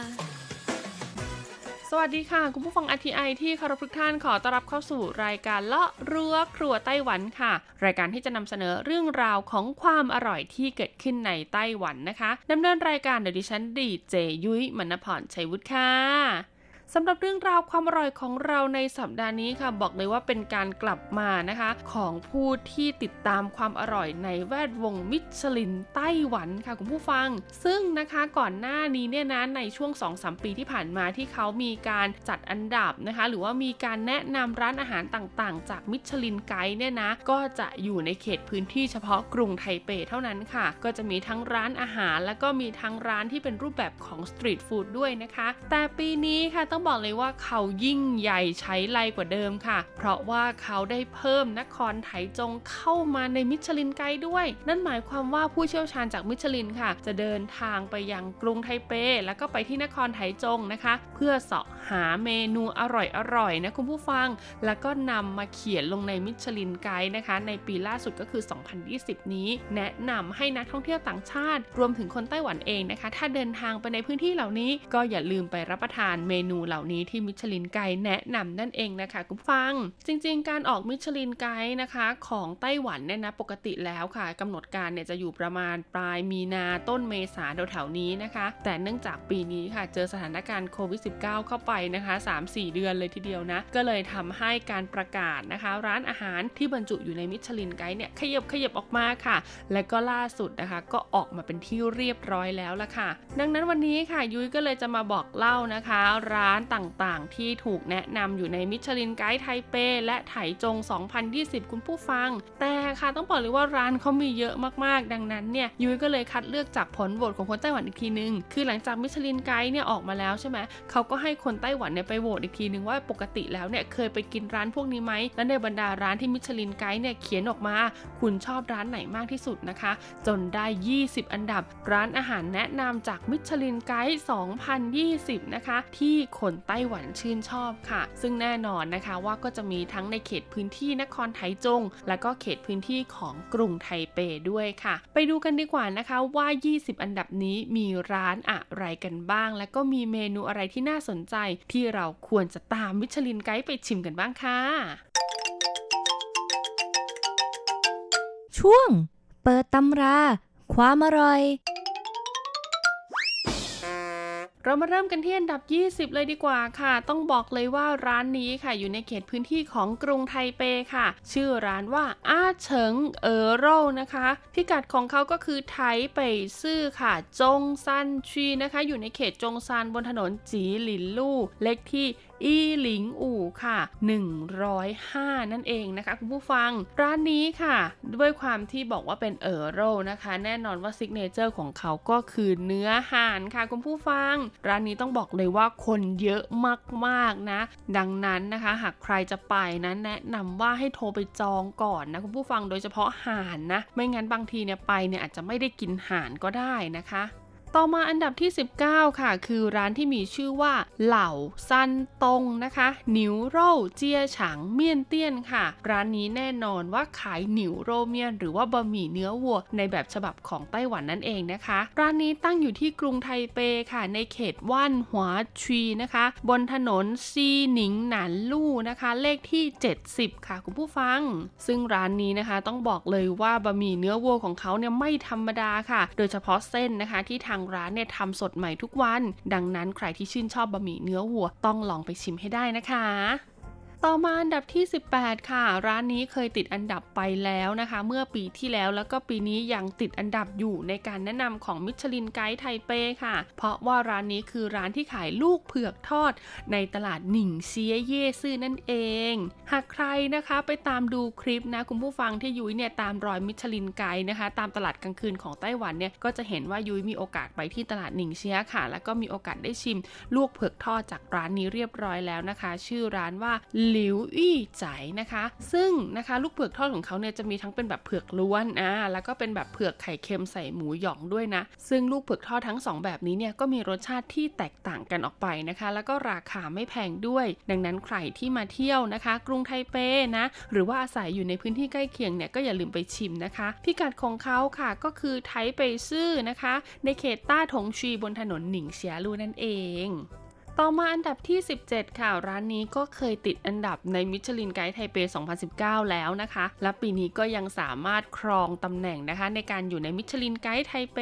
สวัสดีค่ะคุณผู้ฟัง RTI ที่เคารพทุกท่านขอต้อนรับเข้าสู่รายการเลาะรั้วครัวไต้หวันค่ะรายการที่จะนำเสนอเรื่องราวของความอร่อยที่เกิดขึ้นในไต้หวันนะคะดำเนินรายการโดยดิฉันดีเจยุ้ยมณพรชัยวุฒิค่ะสำหรับเรื่องราวความอร่อยของเราในสัปดาห์นี้ค่ะบอกเลยว่าเป็นการกลับมานะคะของผู้ที่ติดตามความอร่อยในแวดวงมิชลินไต้หวันค่ะคุณผู้ฟังซึ่งนะคะก่อนหน้านี้เนี่ยนะในช่วง 2-3 ปีที่ผ่านมาที่เขามีการจัดอันดับนะคะหรือว่ามีการแนะนำร้านอาหารต่างๆจากมิชลินไกด์เนี่ยนะก็จะอยู่ในเขตพื้นที่เฉพาะกรุงไทเปเท่านั้นค่ะก็จะมีทั้งร้านอาหารแล้วก็มีทั้งร้านที่เป็นรูปแบบของสตรีทฟู้ดด้วยนะคะแต่ปีนี้ค่ะต้องบอกเลยว่าเขายิ่งใหญ่ใช้ไรกว่าเดิมค่ะเพราะว่าเขาได้เพิ่มนครไถจงเข้ามาในมิชลินไกด์ด้วยนั่นหมายความว่าผู้เชี่ยวชาญจากมิชลินค่ะจะเดินทางไปยังกรุงไทเปแล้วก็ไปที่นครไถจงนะคะเพื่อเสาะหาเมนูอร่อยๆนะคุณผู้ฟังแล้วก็นำมาเขียนลงในมิชลินไกด์นะคะในปีล่าสุดก็คือ2020นี้แนะนำให้นักท่องเที่ยวต่างชาติรวมถึงคนไต้หวันเองนะคะถ้าเดินทางไปในพื้นที่เหล่านี้ก็อย่าลืมไปรับประทานเมนูเหล่านี้ที่มิชลินไกด์แนะนำนั่นเองนะคะคุณฟังจริงๆการออกมิชลินไกด์นะคะของไต้หวันเนี่ยนะปกติแล้วค่ะกำหนดการเนี่ยจะอยู่ประมาณปลายมีนาต้นเมษาแถวๆนี้นะคะแต่เนื่องจากปีนี้ค่ะเจอสถานการณ์โควิด -19 เข้าไปนะคะ 3-4 เดือนเลยทีเดียวนะก็เลยทำให้การประกาศนะคะร้านอาหารที่บรรจุอยู่ในมิชลินไกด์เนี่ยขยับออกมาค่ะและก็ล่าสุดนะคะก็ออกมาเป็นที่เรียบร้อยแล้วละค่ะดังนั้นวันนี้ค่ะยุ้ยก็เลยจะมาบอกเล่านะคะร้านต่างๆที่ถูกแนะนำอยู่ในมิชลินไกด์ไทเปและไถจง2020คุณผู้ฟังแต่ค่ะต้องบอกเลยว่าร้านเขามีเยอะมากๆดังนั้นเนี่ยยุ้ยก็เลยคัดเลือกจากผลโหวตของคนไต้หวันอีกทีนึงคือหลังจากมิชลินไกด์เนี่ยออกมาแล้วใช่ไหมเขาก็ให้คนไต้หวันเนี่ยไปโหวตอีกทีนึงว่าปกติแล้วเนี่ยเคยไปกินร้านพวกนี้ไหมและในบรรดาร้านที่มิชลินไกด์เนี่ยเขียนออกมาคุณชอบร้านไหนมากที่สุดนะคะจนได้20อันดับร้านอาหารแนะนำจากมิชลินไกด์2020นะคะที่คนไต้หวันชื่นชอบค่ะซึ่งแน่นอนนะคะว่าก็จะมีทั้งในเขตพื้นที่นครไถจงและก็เขตพื้นที่ของกรุงไทเปด้วยค่ะไปดูกันดีกว่านะคะว่า20อันดับนี้มีร้านอะไรกันบ้างและก็มีเมนูอะไรที่น่าสนใจที่เราควรจะตามมิชลินไกด์ไปชิมกันบ้างค่ะช่วงเปิดตำราความอร่อยเรามาเริ่มกันที่อันดับ20เลยดีกว่าค่ะต้องบอกเลยว่าร้านนี้ค่ะอยู่ในเขตพื้นที่ของกรุงไทเปค่ะชื่อร้านว่าอาเฉิงโร่นะคะพิกัดของเขาก็คือไถเป่ยซื่อค่ะจงซันชีนะคะอยู่ในเขตจงซานบนถนนจีหลินลู่เลขที่อีหลิงอู่ค่ะ105นั่นเองนะคะคุณผู้ฟังร้านนี้ค่ะด้วยความที่บอกว่าเป็นโร่นะคะแน่นอนว่าซิกเนเจอร์ของเขาก็คือเนื้อห่านค่ะคุณผู้ฟังร้านนี้ต้องบอกเลยว่าคนเยอะมากๆนะดังนั้นนะคะหากใครจะไปนะแนะนำว่าให้โทรไปจองก่อนนะคุณผู้ฟังโดยเฉพาะห่านนะไม่งั้นบางทีเนี่ยไปเนี่ยอาจจะไม่ได้กินห่านก็ได้นะคะต่อมาอันดับที่19ค่ะคือร้านที่มีชื่อว่าเหล่าซันตงนะคะหนิวโร่เจียฉางเมี่ยนเตี้ยนค่ะร้านนี้แน่นอนว่าขายหนิวโร่เมี่ยนหรือว่าบะหมี่เนื้อวัวในแบบฉบับของไต้หวันนั่นเองนะคะร้านนี้ตั้งอยู่ที่กรุงไทเปค่ะในเขตว่านหัวชีนะคะบนถนนซีหนิงหนานลู่นะคะเลขที่70ค่ะคุณผู้ฟังซึ่งร้านนี้นะคะต้องบอกเลยว่าบะหมี่เนื้อวัวของเขาเนี่ยไม่ธรรมดาค่ะโดยเฉพาะเส้นนะคะที่ทางร้านเนี่ยทำสดใหม่ทุกวันดังนั้นใครที่ชื่นชอบบะหมี่เนื้อวัวต้องลองไปชิมให้ได้นะคะต่อมาอันดับที่18ค่ะร้านนี้เคยติดอันดับไปแล้วนะคะเมื่อปีที่แล้วก็ปีนี้ยังติดอันดับอยู่ในการแนะนำของมิชลินไกด์ไทเปค่ะเพราะว่าร้านนี้คือร้านที่ขายลูกเผือกทอดในตลาดหนิงเซียเย่ซื่อนั่นเองหากใครนะคะไปตามดูคลิปนะคุณผู้ฟังที่ยุ้ยเนี่ยตามรอยมิชลินไกด์นะคะตามตลาดกลางคืนของไต้หวันเนี่ยก็จะเห็นว่ายุ้ยมีโอกาสไปที่ตลาดหนิงเซียค่ะแล้วก็มีโอกาสได้ชิมลูกเผือกทอดจากร้านนี้เรียบร้อยแล้วนะคะชื่อร้านว่าหลิวอี้ใจนะคะซึ่งนะคะลูกเผือกทอดของเขาเนี่ยจะมีทั้งเป็นแบบเผือกล้วนแล้วก็เป็นแบบเผือกไข่เค็มใส่หมูหยองด้วยนะซึ่งลูกเผือกทอดทั้ง2แบบนี้เนี่ยก็มีรสชาติที่แตกต่างกันออกไปนะคะแล้วก็ราคาไม่แพงด้วยดังนั้นใครที่มาเที่ยวนะคะกรุงไทเปนะหรือว่าอาศัยอยู่ในพื้นที่ใกล้เคียงเนี่ยก็อย่าลืมไปชิมนะคะพิกัดของเขาค่ะก็คือไทเปซื่อนะคะในเขตต้าถงชีบนถนนหนิงเซียลู่นั่นเองต่อมาอันดับที่17ค่ะร้านนี้ก็เคยติดอันดับในมิชลินไกด์ไทเป2019แล้วนะคะและปีนี้ก็ยังสามารถครองตำแหน่งนะคะในการอยู่ในมิชลินไกด์ไทเป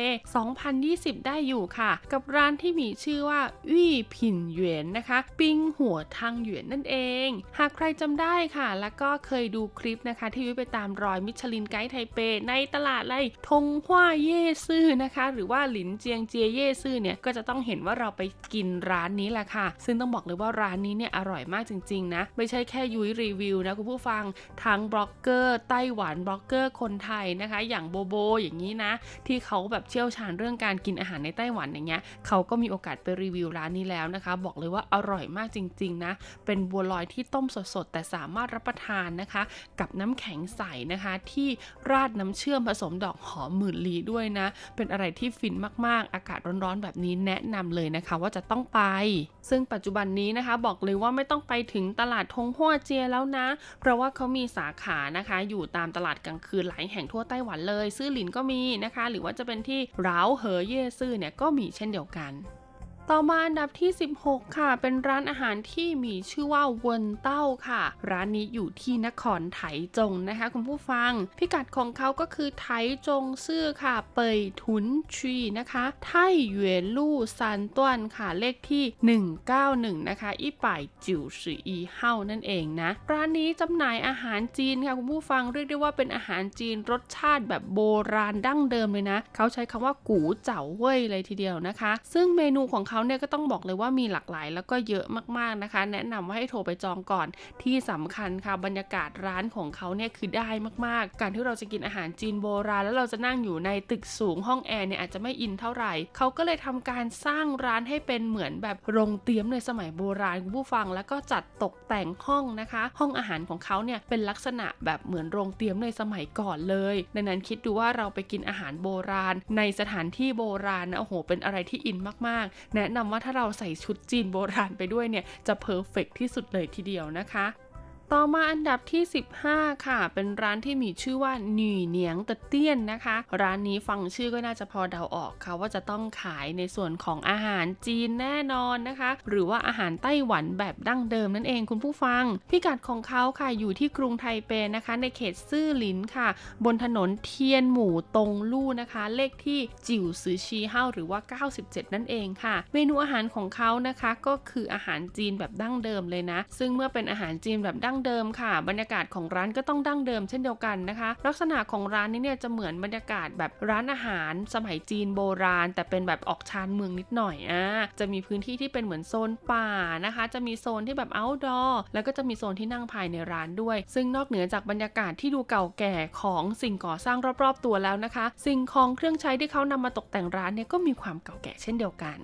2020ได้อยู่ค่ะกับร้านที่มีชื่อว่าวี่ผินหยวนนะคะปิ้งหัวทางหยวนนั่นเองหากใครจำได้ค่ะแล้วก็เคยดูคลิปนะคะที่วิวไปตามรอยมิชลินไกด์ไทเปในตลาดไร่ทงฮวาเย่ซื่อนะคะหรือว่าหลินเจียงเจียเย่ซื่อเนี่ยก็จะต้องเห็นว่าเราไปกินร้านนี้แหละค่ะซึ่งต้องบอกเลยว่าร้านนี้เนี่ยอร่อยมากจริงๆนะไม่ใช่แค่ยุ้ยรีวิวนะคุณผู้ฟังทั้งบล็อกเกอร์ไต้หวันบล็อกเกอร์คนไทยนะคะอย่างโบโบอย่างนี้นะที่เขาแบบเชี่ยวชาญเรื่องการกินอาหารในไต้หวันอย่างเงี้ยเขาก็มีโอกาสไปรีวิวร้านนี้แล้วนะคะบอกเลยว่าอร่อยมากจริงๆนะเป็นบัวลอยที่ต้มสดๆแต่สามารถรับประทานนะคะกับน้ำแข็งใสนะคะที่ราดน้ำเชื่อมผสมดอกหอมหมื่นลี้ด้วยนะเป็นอะไรที่ฟินมากๆอากาศร้อนๆแบบนี้แนะนำเลยนะคะว่าจะต้องไปซึ่งปัจจุบันนี้นะคะบอกเลยว่าไม่ต้องไปถึงตลาดทงฮั่วเจียแล้วนะเพราะว่าเขามีสาขานะคะอยู่ตามตลาดกลางคืนหลายแห่งทั่วไต้หวันเลยซื่อหลินก็มีนะคะหรือว่าจะเป็นที่ร้าวเหอเย่ซื่อเนี่ยก็มีเช่นเดียวกันต่อมาอันดับที่16ค่ะเป็นร้านอาหารที่มีชื่อว่าเวินเต้าค่ะร้านนี้อยู่ที่นครไถจงนะคะคุณผู้ฟังพิกัดของเขาก็คือไถจงซื่อค่ะเปยทุนชีนะคะไท่หยวนลู่ซานต้วนค่ะเลขที่191นะคะอีป่ายจิ๋วสื่ออีเฮ้านั่นเองนะร้านนี้จำหน่ายอาหารจีนค่ะคุณผู้ฟังเรียกได้ว่าเป็นอาหารจีนรสชาติแบบโบราณดั้งเดิมเลยนะเขาใช้คำว่ากูเจ๋าเว่ยเลยทีเดียวนะคะซึ่งเมนูของเขาเนี่ยก็ต้องบอกเลยว่ามีหลากหลายแล้วก็เยอะมากๆนะคะแนะนำว่าให้โทรไปจองก่อนที่สำคัญค่ะบรรยากาศร้านของเขาเนี่ยคือได้มากๆการที่เราจะกินอาหารจีนโบราณแล้วเราจะนั่งอยู่ในตึกสูงห้องแอร์เนี่ยอาจจะไม่อินเท่าไหร่เขาก็เลยทำการสร้างร้านให้เป็นเหมือนแบบโรงเตรียมในสมัยโบราณคุณผู้ฟังแล้วก็จัดตกแต่งห้องนะคะห้องอาหารของเขาเนี่ยเป็นลักษณะแบบเหมือนโรงเตรียมในสมัยก่อนเลยดังนั้นคิดดูว่าเราไปกินอาหารโบราณในสถานที่โบราณนะโอ้โหเป็นอะไรที่อินมากๆแนะนำว่าถ้าเราใส่ชุดจีนโบราณไปด้วยเนี่ยจะเพอร์เฟคที่สุดเลยทีเดียวนะคะต่อมาอันดับที่15ค่ะเป็นร้านที่มีชื่อว่าหนี่เหนียงตะเตี้ยนนะคะร้านนี้ฟังชื่อก็น่าจะพอเดาออกค่ะว่าจะต้องขายในส่วนของอาหารจีนแน่นอนนะคะหรือว่าอาหารไต้หวันแบบดั้งเดิมนั่นเองคุณผู้ฟังพิกัดของเขาค่ะอยู่ที่กรุงไทเปนะคะในเขตซื่อหลินค่ะบนถนนเทียนหมู่ตงลู่นะคะเลขที่จิ๋วซือชีเฮ้าหรือว่า97นั่นเองค่ะเมนูอาหารของเขานะคะก็คืออาหารจีนแบบดั้งเดิมเลยนะซึ่งเมื่อเป็นอาหารจีนแบบดั้งเดิมค่ะบรรยากาศของร้านก็ต้องดั้งเดิมเช่นเดียวกันนะคะลักษณะของร้านนี้เนี่ยจะเหมือนบรรยากาศแบบร้านอาหารสมัยจีนโบราณแต่เป็นแบบออกชานเมืองนิดหน่อยจะมีพื้นที่ที่เป็นเหมือนโซนป่านะคะจะมีโซนที่แบบเอาท์ดอร์แล้วก็จะมีโซนที่นั่งภายในร้านด้วยซึ่งนอกเหนือจากบรรยากาศที่ดูเก่าแก่ของสิ่งก่อสร้างรอบๆตัวแล้วนะคะสิ่งของเครื่องใช้ที่เขานำมาตกแต่งร้านเนี่ยก็มีความเก่าแก่เช่นเดียวกัน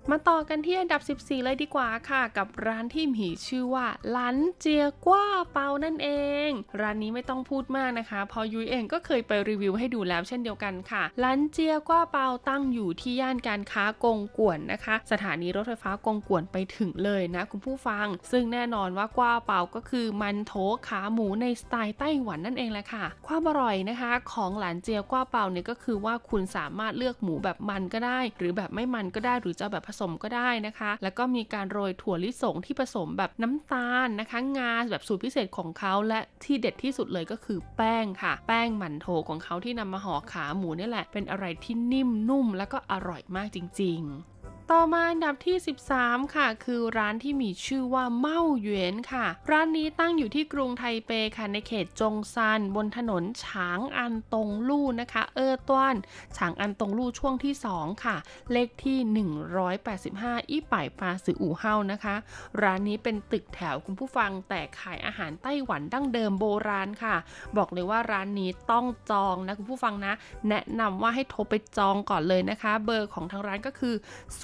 มาต่อกันที่อันดับ14เลยดีกว่าค่ะกับร้านที่มีชื่อว่าหลันเจียกว้าเปานั่นเองร้านนี้ไม่ต้องพูดมากนะคะเพราะยุ้ยเองก็เคยไปรีวิวให้ดูแล้วเช่นเดียวกันค่ะหลันเจียกว้าเปาตั้งอยู่ที่ย่านการค้ากงกวนนะคะสถานีรถไฟฟ้ากงกวนไปถึงเลยนะคุณผู้ฟังซึ่งแน่นอนว่ากว้าเปาก็คือมันโถขาหมูในสไตล์ไต้หวันนั่นเองแหละค่ะความอร่อยนะคะของหลันเจียกว้าเปาเนี่ยก็คือว่าคุณสามารถเลือกหมูแบบมันก็ได้หรือแบบไม่มันก็ได้หรือจะแบบผสมก็ได้นะคะแล้วก็มีการโรยถั่วลิสงที่ผสมแบบน้ำตาลนะคะงาแบบสูตรพิเศษของเขาและที่เด็ดที่สุดเลยก็คือแป้งค่ะแป้งหมั่นโถของเขาที่นำมาห่อขาหมูนี่แหละเป็นอะไรที่นิ่มนุ่มแล้วก็อร่อยมากจริงๆต่อมาอันดับที่13ค่ะคือร้านที่มีชื่อว่าเม่าเหวียนค่ะร้านนี้ตั้งอยู่ที่กรุงไทเปค่ะในเขตจงซานบนถนนฉางอันตงลู่นะคะต้วนฉางอันตงลู่ช่วงที่2ค่ะเลขที่185อี้ป่ายปาซืออู่เฮานะคะร้านนี้เป็นตึกแถวคุณผู้ฟังแต่ขายอาหารไต้หวันดั้งเดิมโบราณค่ะบอกเลยว่าร้านนี้ต้องจองนะคุณผู้ฟังนะแนะนำว่าให้โทรไปจองก่อนเลยนะคะเบอร์ของทางร้านก็คือ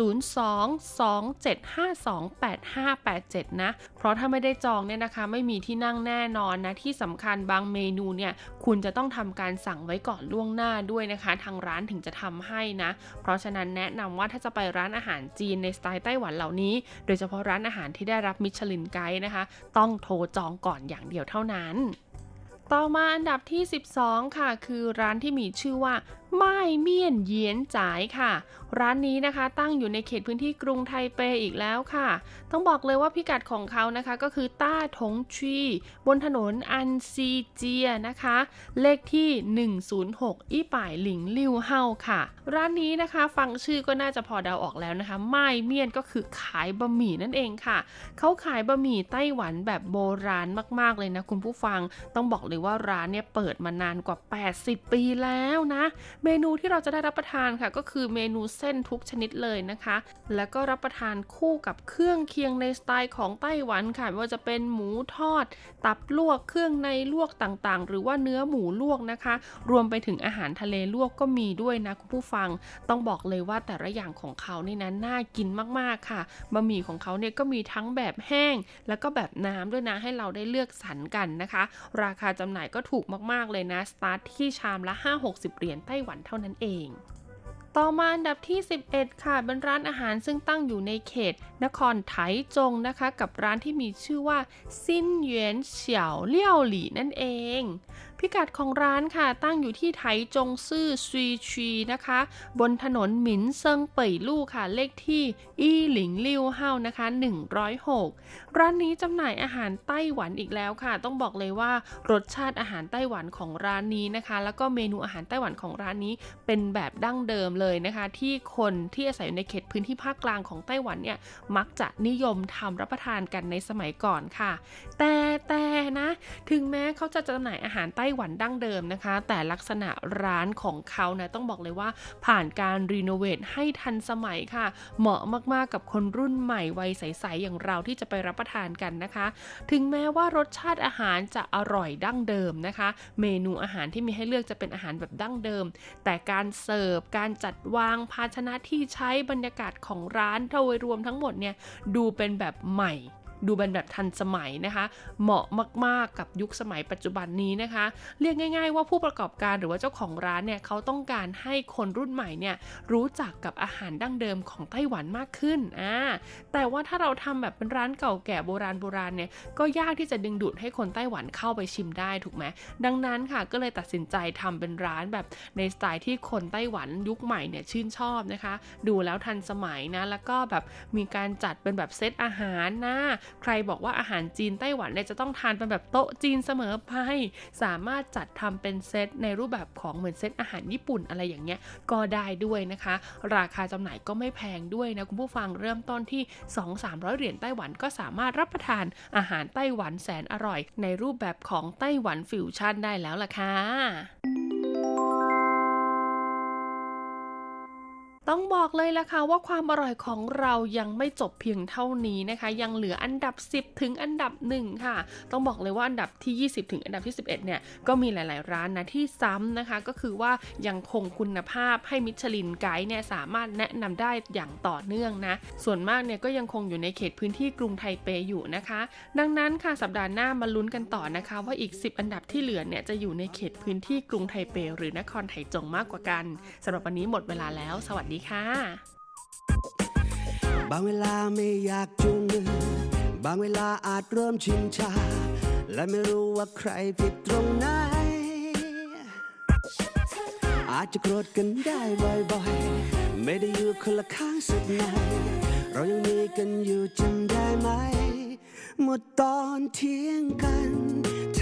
02-2752-8587 นะเพราะถ้าไม่ได้จองเนี่ยนะคะไม่มีที่นั่งแน่นอนนะที่สำคัญบางเมนูเนี่ยคุณจะต้องทำการสั่งไว้ก่อนล่วงหน้าด้วยนะคะทางร้านถึงจะทำให้นะเพราะฉะนั้นแนะนำว่าถ้าจะไปร้านอาหารจีนในสไตล์ไต้หวันเหล่านี้โดยเฉพาะร้านอาหารที่ได้รับมิชลินไกด์นะคะต้องโทรจองก่อนอย่างเดียวเท่านั้นต่อมาอันดับที่12ค่ะคือร้านที่มีชื่อว่าม่ายเมี่ยนเยียนจ๋ายค่ะร้านนี้นะคะตั้งอยู่ในเขตพื้นที่กรุงไทเปอีกแล้วค่ะต้องบอกเลยว่าพิกัดของเขานะคะก็คือต้าถงชีบนถนนอันซีเจียนะคะเลขที่106อี้ป่ายหลิงลิ่วเฮาค่ะร้านนี้นะคะฟังชื่อก็น่าจะพอเดาออกแล้วนะคะม่ายเมี่ยนก็คือขายบะหมี่นั่นเองค่ะเขาขายบะหมี่ไต้หวันแบบโบราณมากๆเลยนะคุณผู้ฟังต้องบอกเลยว่าร้านเนี่ยเปิดมานานกว่า80ปีแล้วนะเมนูที่เราจะได้รับประทานค่ะก็คือเมนูเส้นทุกชนิดเลยนะคะแล้วก็รับประทานคู่กับเครื่องเคียงในสไตล์ของไต้หวันค่ะไม่ว่าจะเป็นหมูทอดตับลวกเครื่องในลวกต่างๆหรือว่าเนื้อหมูลวกนะคะรวมไปถึงอาหารทะเลลวกก็มีด้วยนะคุณผู้ฟังต้องบอกเลยว่าแต่ละอย่างของเขานี่นะน่ากินมากๆค่ะบะหมี่ของเขาเนี่ยก็มีทั้งแบบแห้งแล้วก็แบบน้ำด้วยนะให้เราได้เลือกสรรกันนะคะราคาจำหน่ายก็ถูกมากๆเลยนะสตาร์ทที่ชามละ 5-60 เหรียญไต้หวันเท่านั้นเองต่อมาอันดับที่11ค่ะเป็นร้านอาหารซึ่งตั้งอยู่ในเขตนครไถจงนะคะกับร้านที่มีชื่อว่าซินเหวียนเฉียวเลี่ยวหลี่นั่นเองพิกัดของร้านค่ะตั้งอยู่ที่ไถจงซื่อซุยชีนะคะบนถนนหมินเซิงเป่ยลู่ค่ะเลขที่อี้หลิงลิ่วเฮานะคะ106ร้านนี้จำหน่ายอาหารไต้หวันอีกแล้วค่ะต้องบอกเลยว่ารสชาติอาหารไต้หวันของร้านนี้นะคะแล้วก็เมนูอาหารไต้หวันของร้านนี้เป็นแบบดั้งเดิมเลยนะคะที่คนที่อาศัยอยู่ในเขตพื้นที่ภาคกลางของไต้หวันเนี่ยมักจะนิยมทำรับประทานกันในสมัยก่อนค่ะแต่นะถึงแม้เขาจะจำหน่ายอาหารไต้หวันดั้งเดิมนะคะแต่ลักษณะร้านของเขานะต้องบอกเลยว่าผ่านการรีโนเวทให้ทันสมัยค่ะเหมาะมากๆกับคนรุ่นใหม่วัยใสๆอย่างเราที่จะไปรับประทานกันนะคะถึงแม้ว่ารสชาติอาหารจะอร่อยดั้งเดิมนะคะเมนูอาหารที่มีให้เลือกจะเป็นอาหารแบบดั้งเดิมแต่การเสิร์ฟการจัดวางภาชนะที่ใช้บรรยากาศของร้านโดยรวมทั้งหมดเนี่ยดูเป็นแบบใหม่ดูเป็นแบบทันสมัยนะคะเหมาะมากๆกับยุคสมัยปัจจุบันนี้นะคะเรียกง่ายๆว่าผู้ประกอบการหรือว่าเจ้าของร้านเนี่ยเขาต้องการให้คนรุ่นใหม่เนี่ยรู้จักกับอาหารดั้งเดิมของไต้หวันมากขึ้นแต่ว่าถ้าเราทำแบบเป็นร้านเก่าแก่โบราณเนี่ยก็ยากที่จะดึงดูดให้คนไต้หวันเข้าไปชิมได้ถูกไหมดังนั้นค่ะก็เลยตัดสินใจทำเป็นร้านแบบในสไตล์ที่คนไต้หวันยุคใหม่เนี่ยชื่นชอบนะคะดูแล้วทันสมัยนะแล้วก็แบบมีการจัดเป็นแบบเซตอาหารนะใครบอกว่าอาหารจีนไต้หวันเนี่ยจะต้องทานเป็นแบบโต๊ะจีนเสมอไปสามารถจัดทำเป็นเซตในรูปแบบของเหมือนเซตอาหารญี่ปุ่นอะไรอย่างเงี้ยก็ได้ด้วยนะคะราคาจำหน่ายก็ไม่แพงด้วยนะคุณผู้ฟังเริ่มต้นที่ 2-300 เหรียญไต้หวันก็สามารถรับประทานอาหารไต้หวันแสนอร่อยในรูปแบบของไต้หวันฟิวชั่นได้แล้วล่ะค่ะต้องบอกเลยล่ะค่ะว่าความอร่อยของเรายังไม่จบเพียงเท่านี้นะคะยังเหลืออันดับ10ถึงอันดับ1ค่ะต้องบอกเลยว่าอันดับที่20ถึงอันดับที่11เนี่ยก็มีหลายๆร้านนะที่ซ้ำนะคะก็คือว่ายังคงคุณภาพให้มิชลินไกด์เนี่ยสามารถแนะนำได้อย่างต่อเนื่องนะส่วนมากเนี่ยก็ยังคงอยู่ในเขตพื้นที่กรุงไทเปอยู่นะคะดังนั้นค่ะสัปดาห์หน้ามาลุ้นกันต่อนะคะว่าอีก10อันดับที่เหลือเนี่ยจะอยู่ในเขตพื้นที่กรุงไทเปหรือนครไถจงมากกว่ากันสำหรับวันนี้หมดเวลาแล้วสวัสดีค่ะบางเวลาไม่อยากจูงมือบางเวลาอาจเริ่มชินชาและไม่รู้ว่าใครผิดตรงไหนอาจจะโกรธกันได้บ่อยๆไม่ได้อยู่คนละข้างสักหน่อยเรายังมีกันอยู่จำได้ไหมเมื่อตอนเที่ยงกัน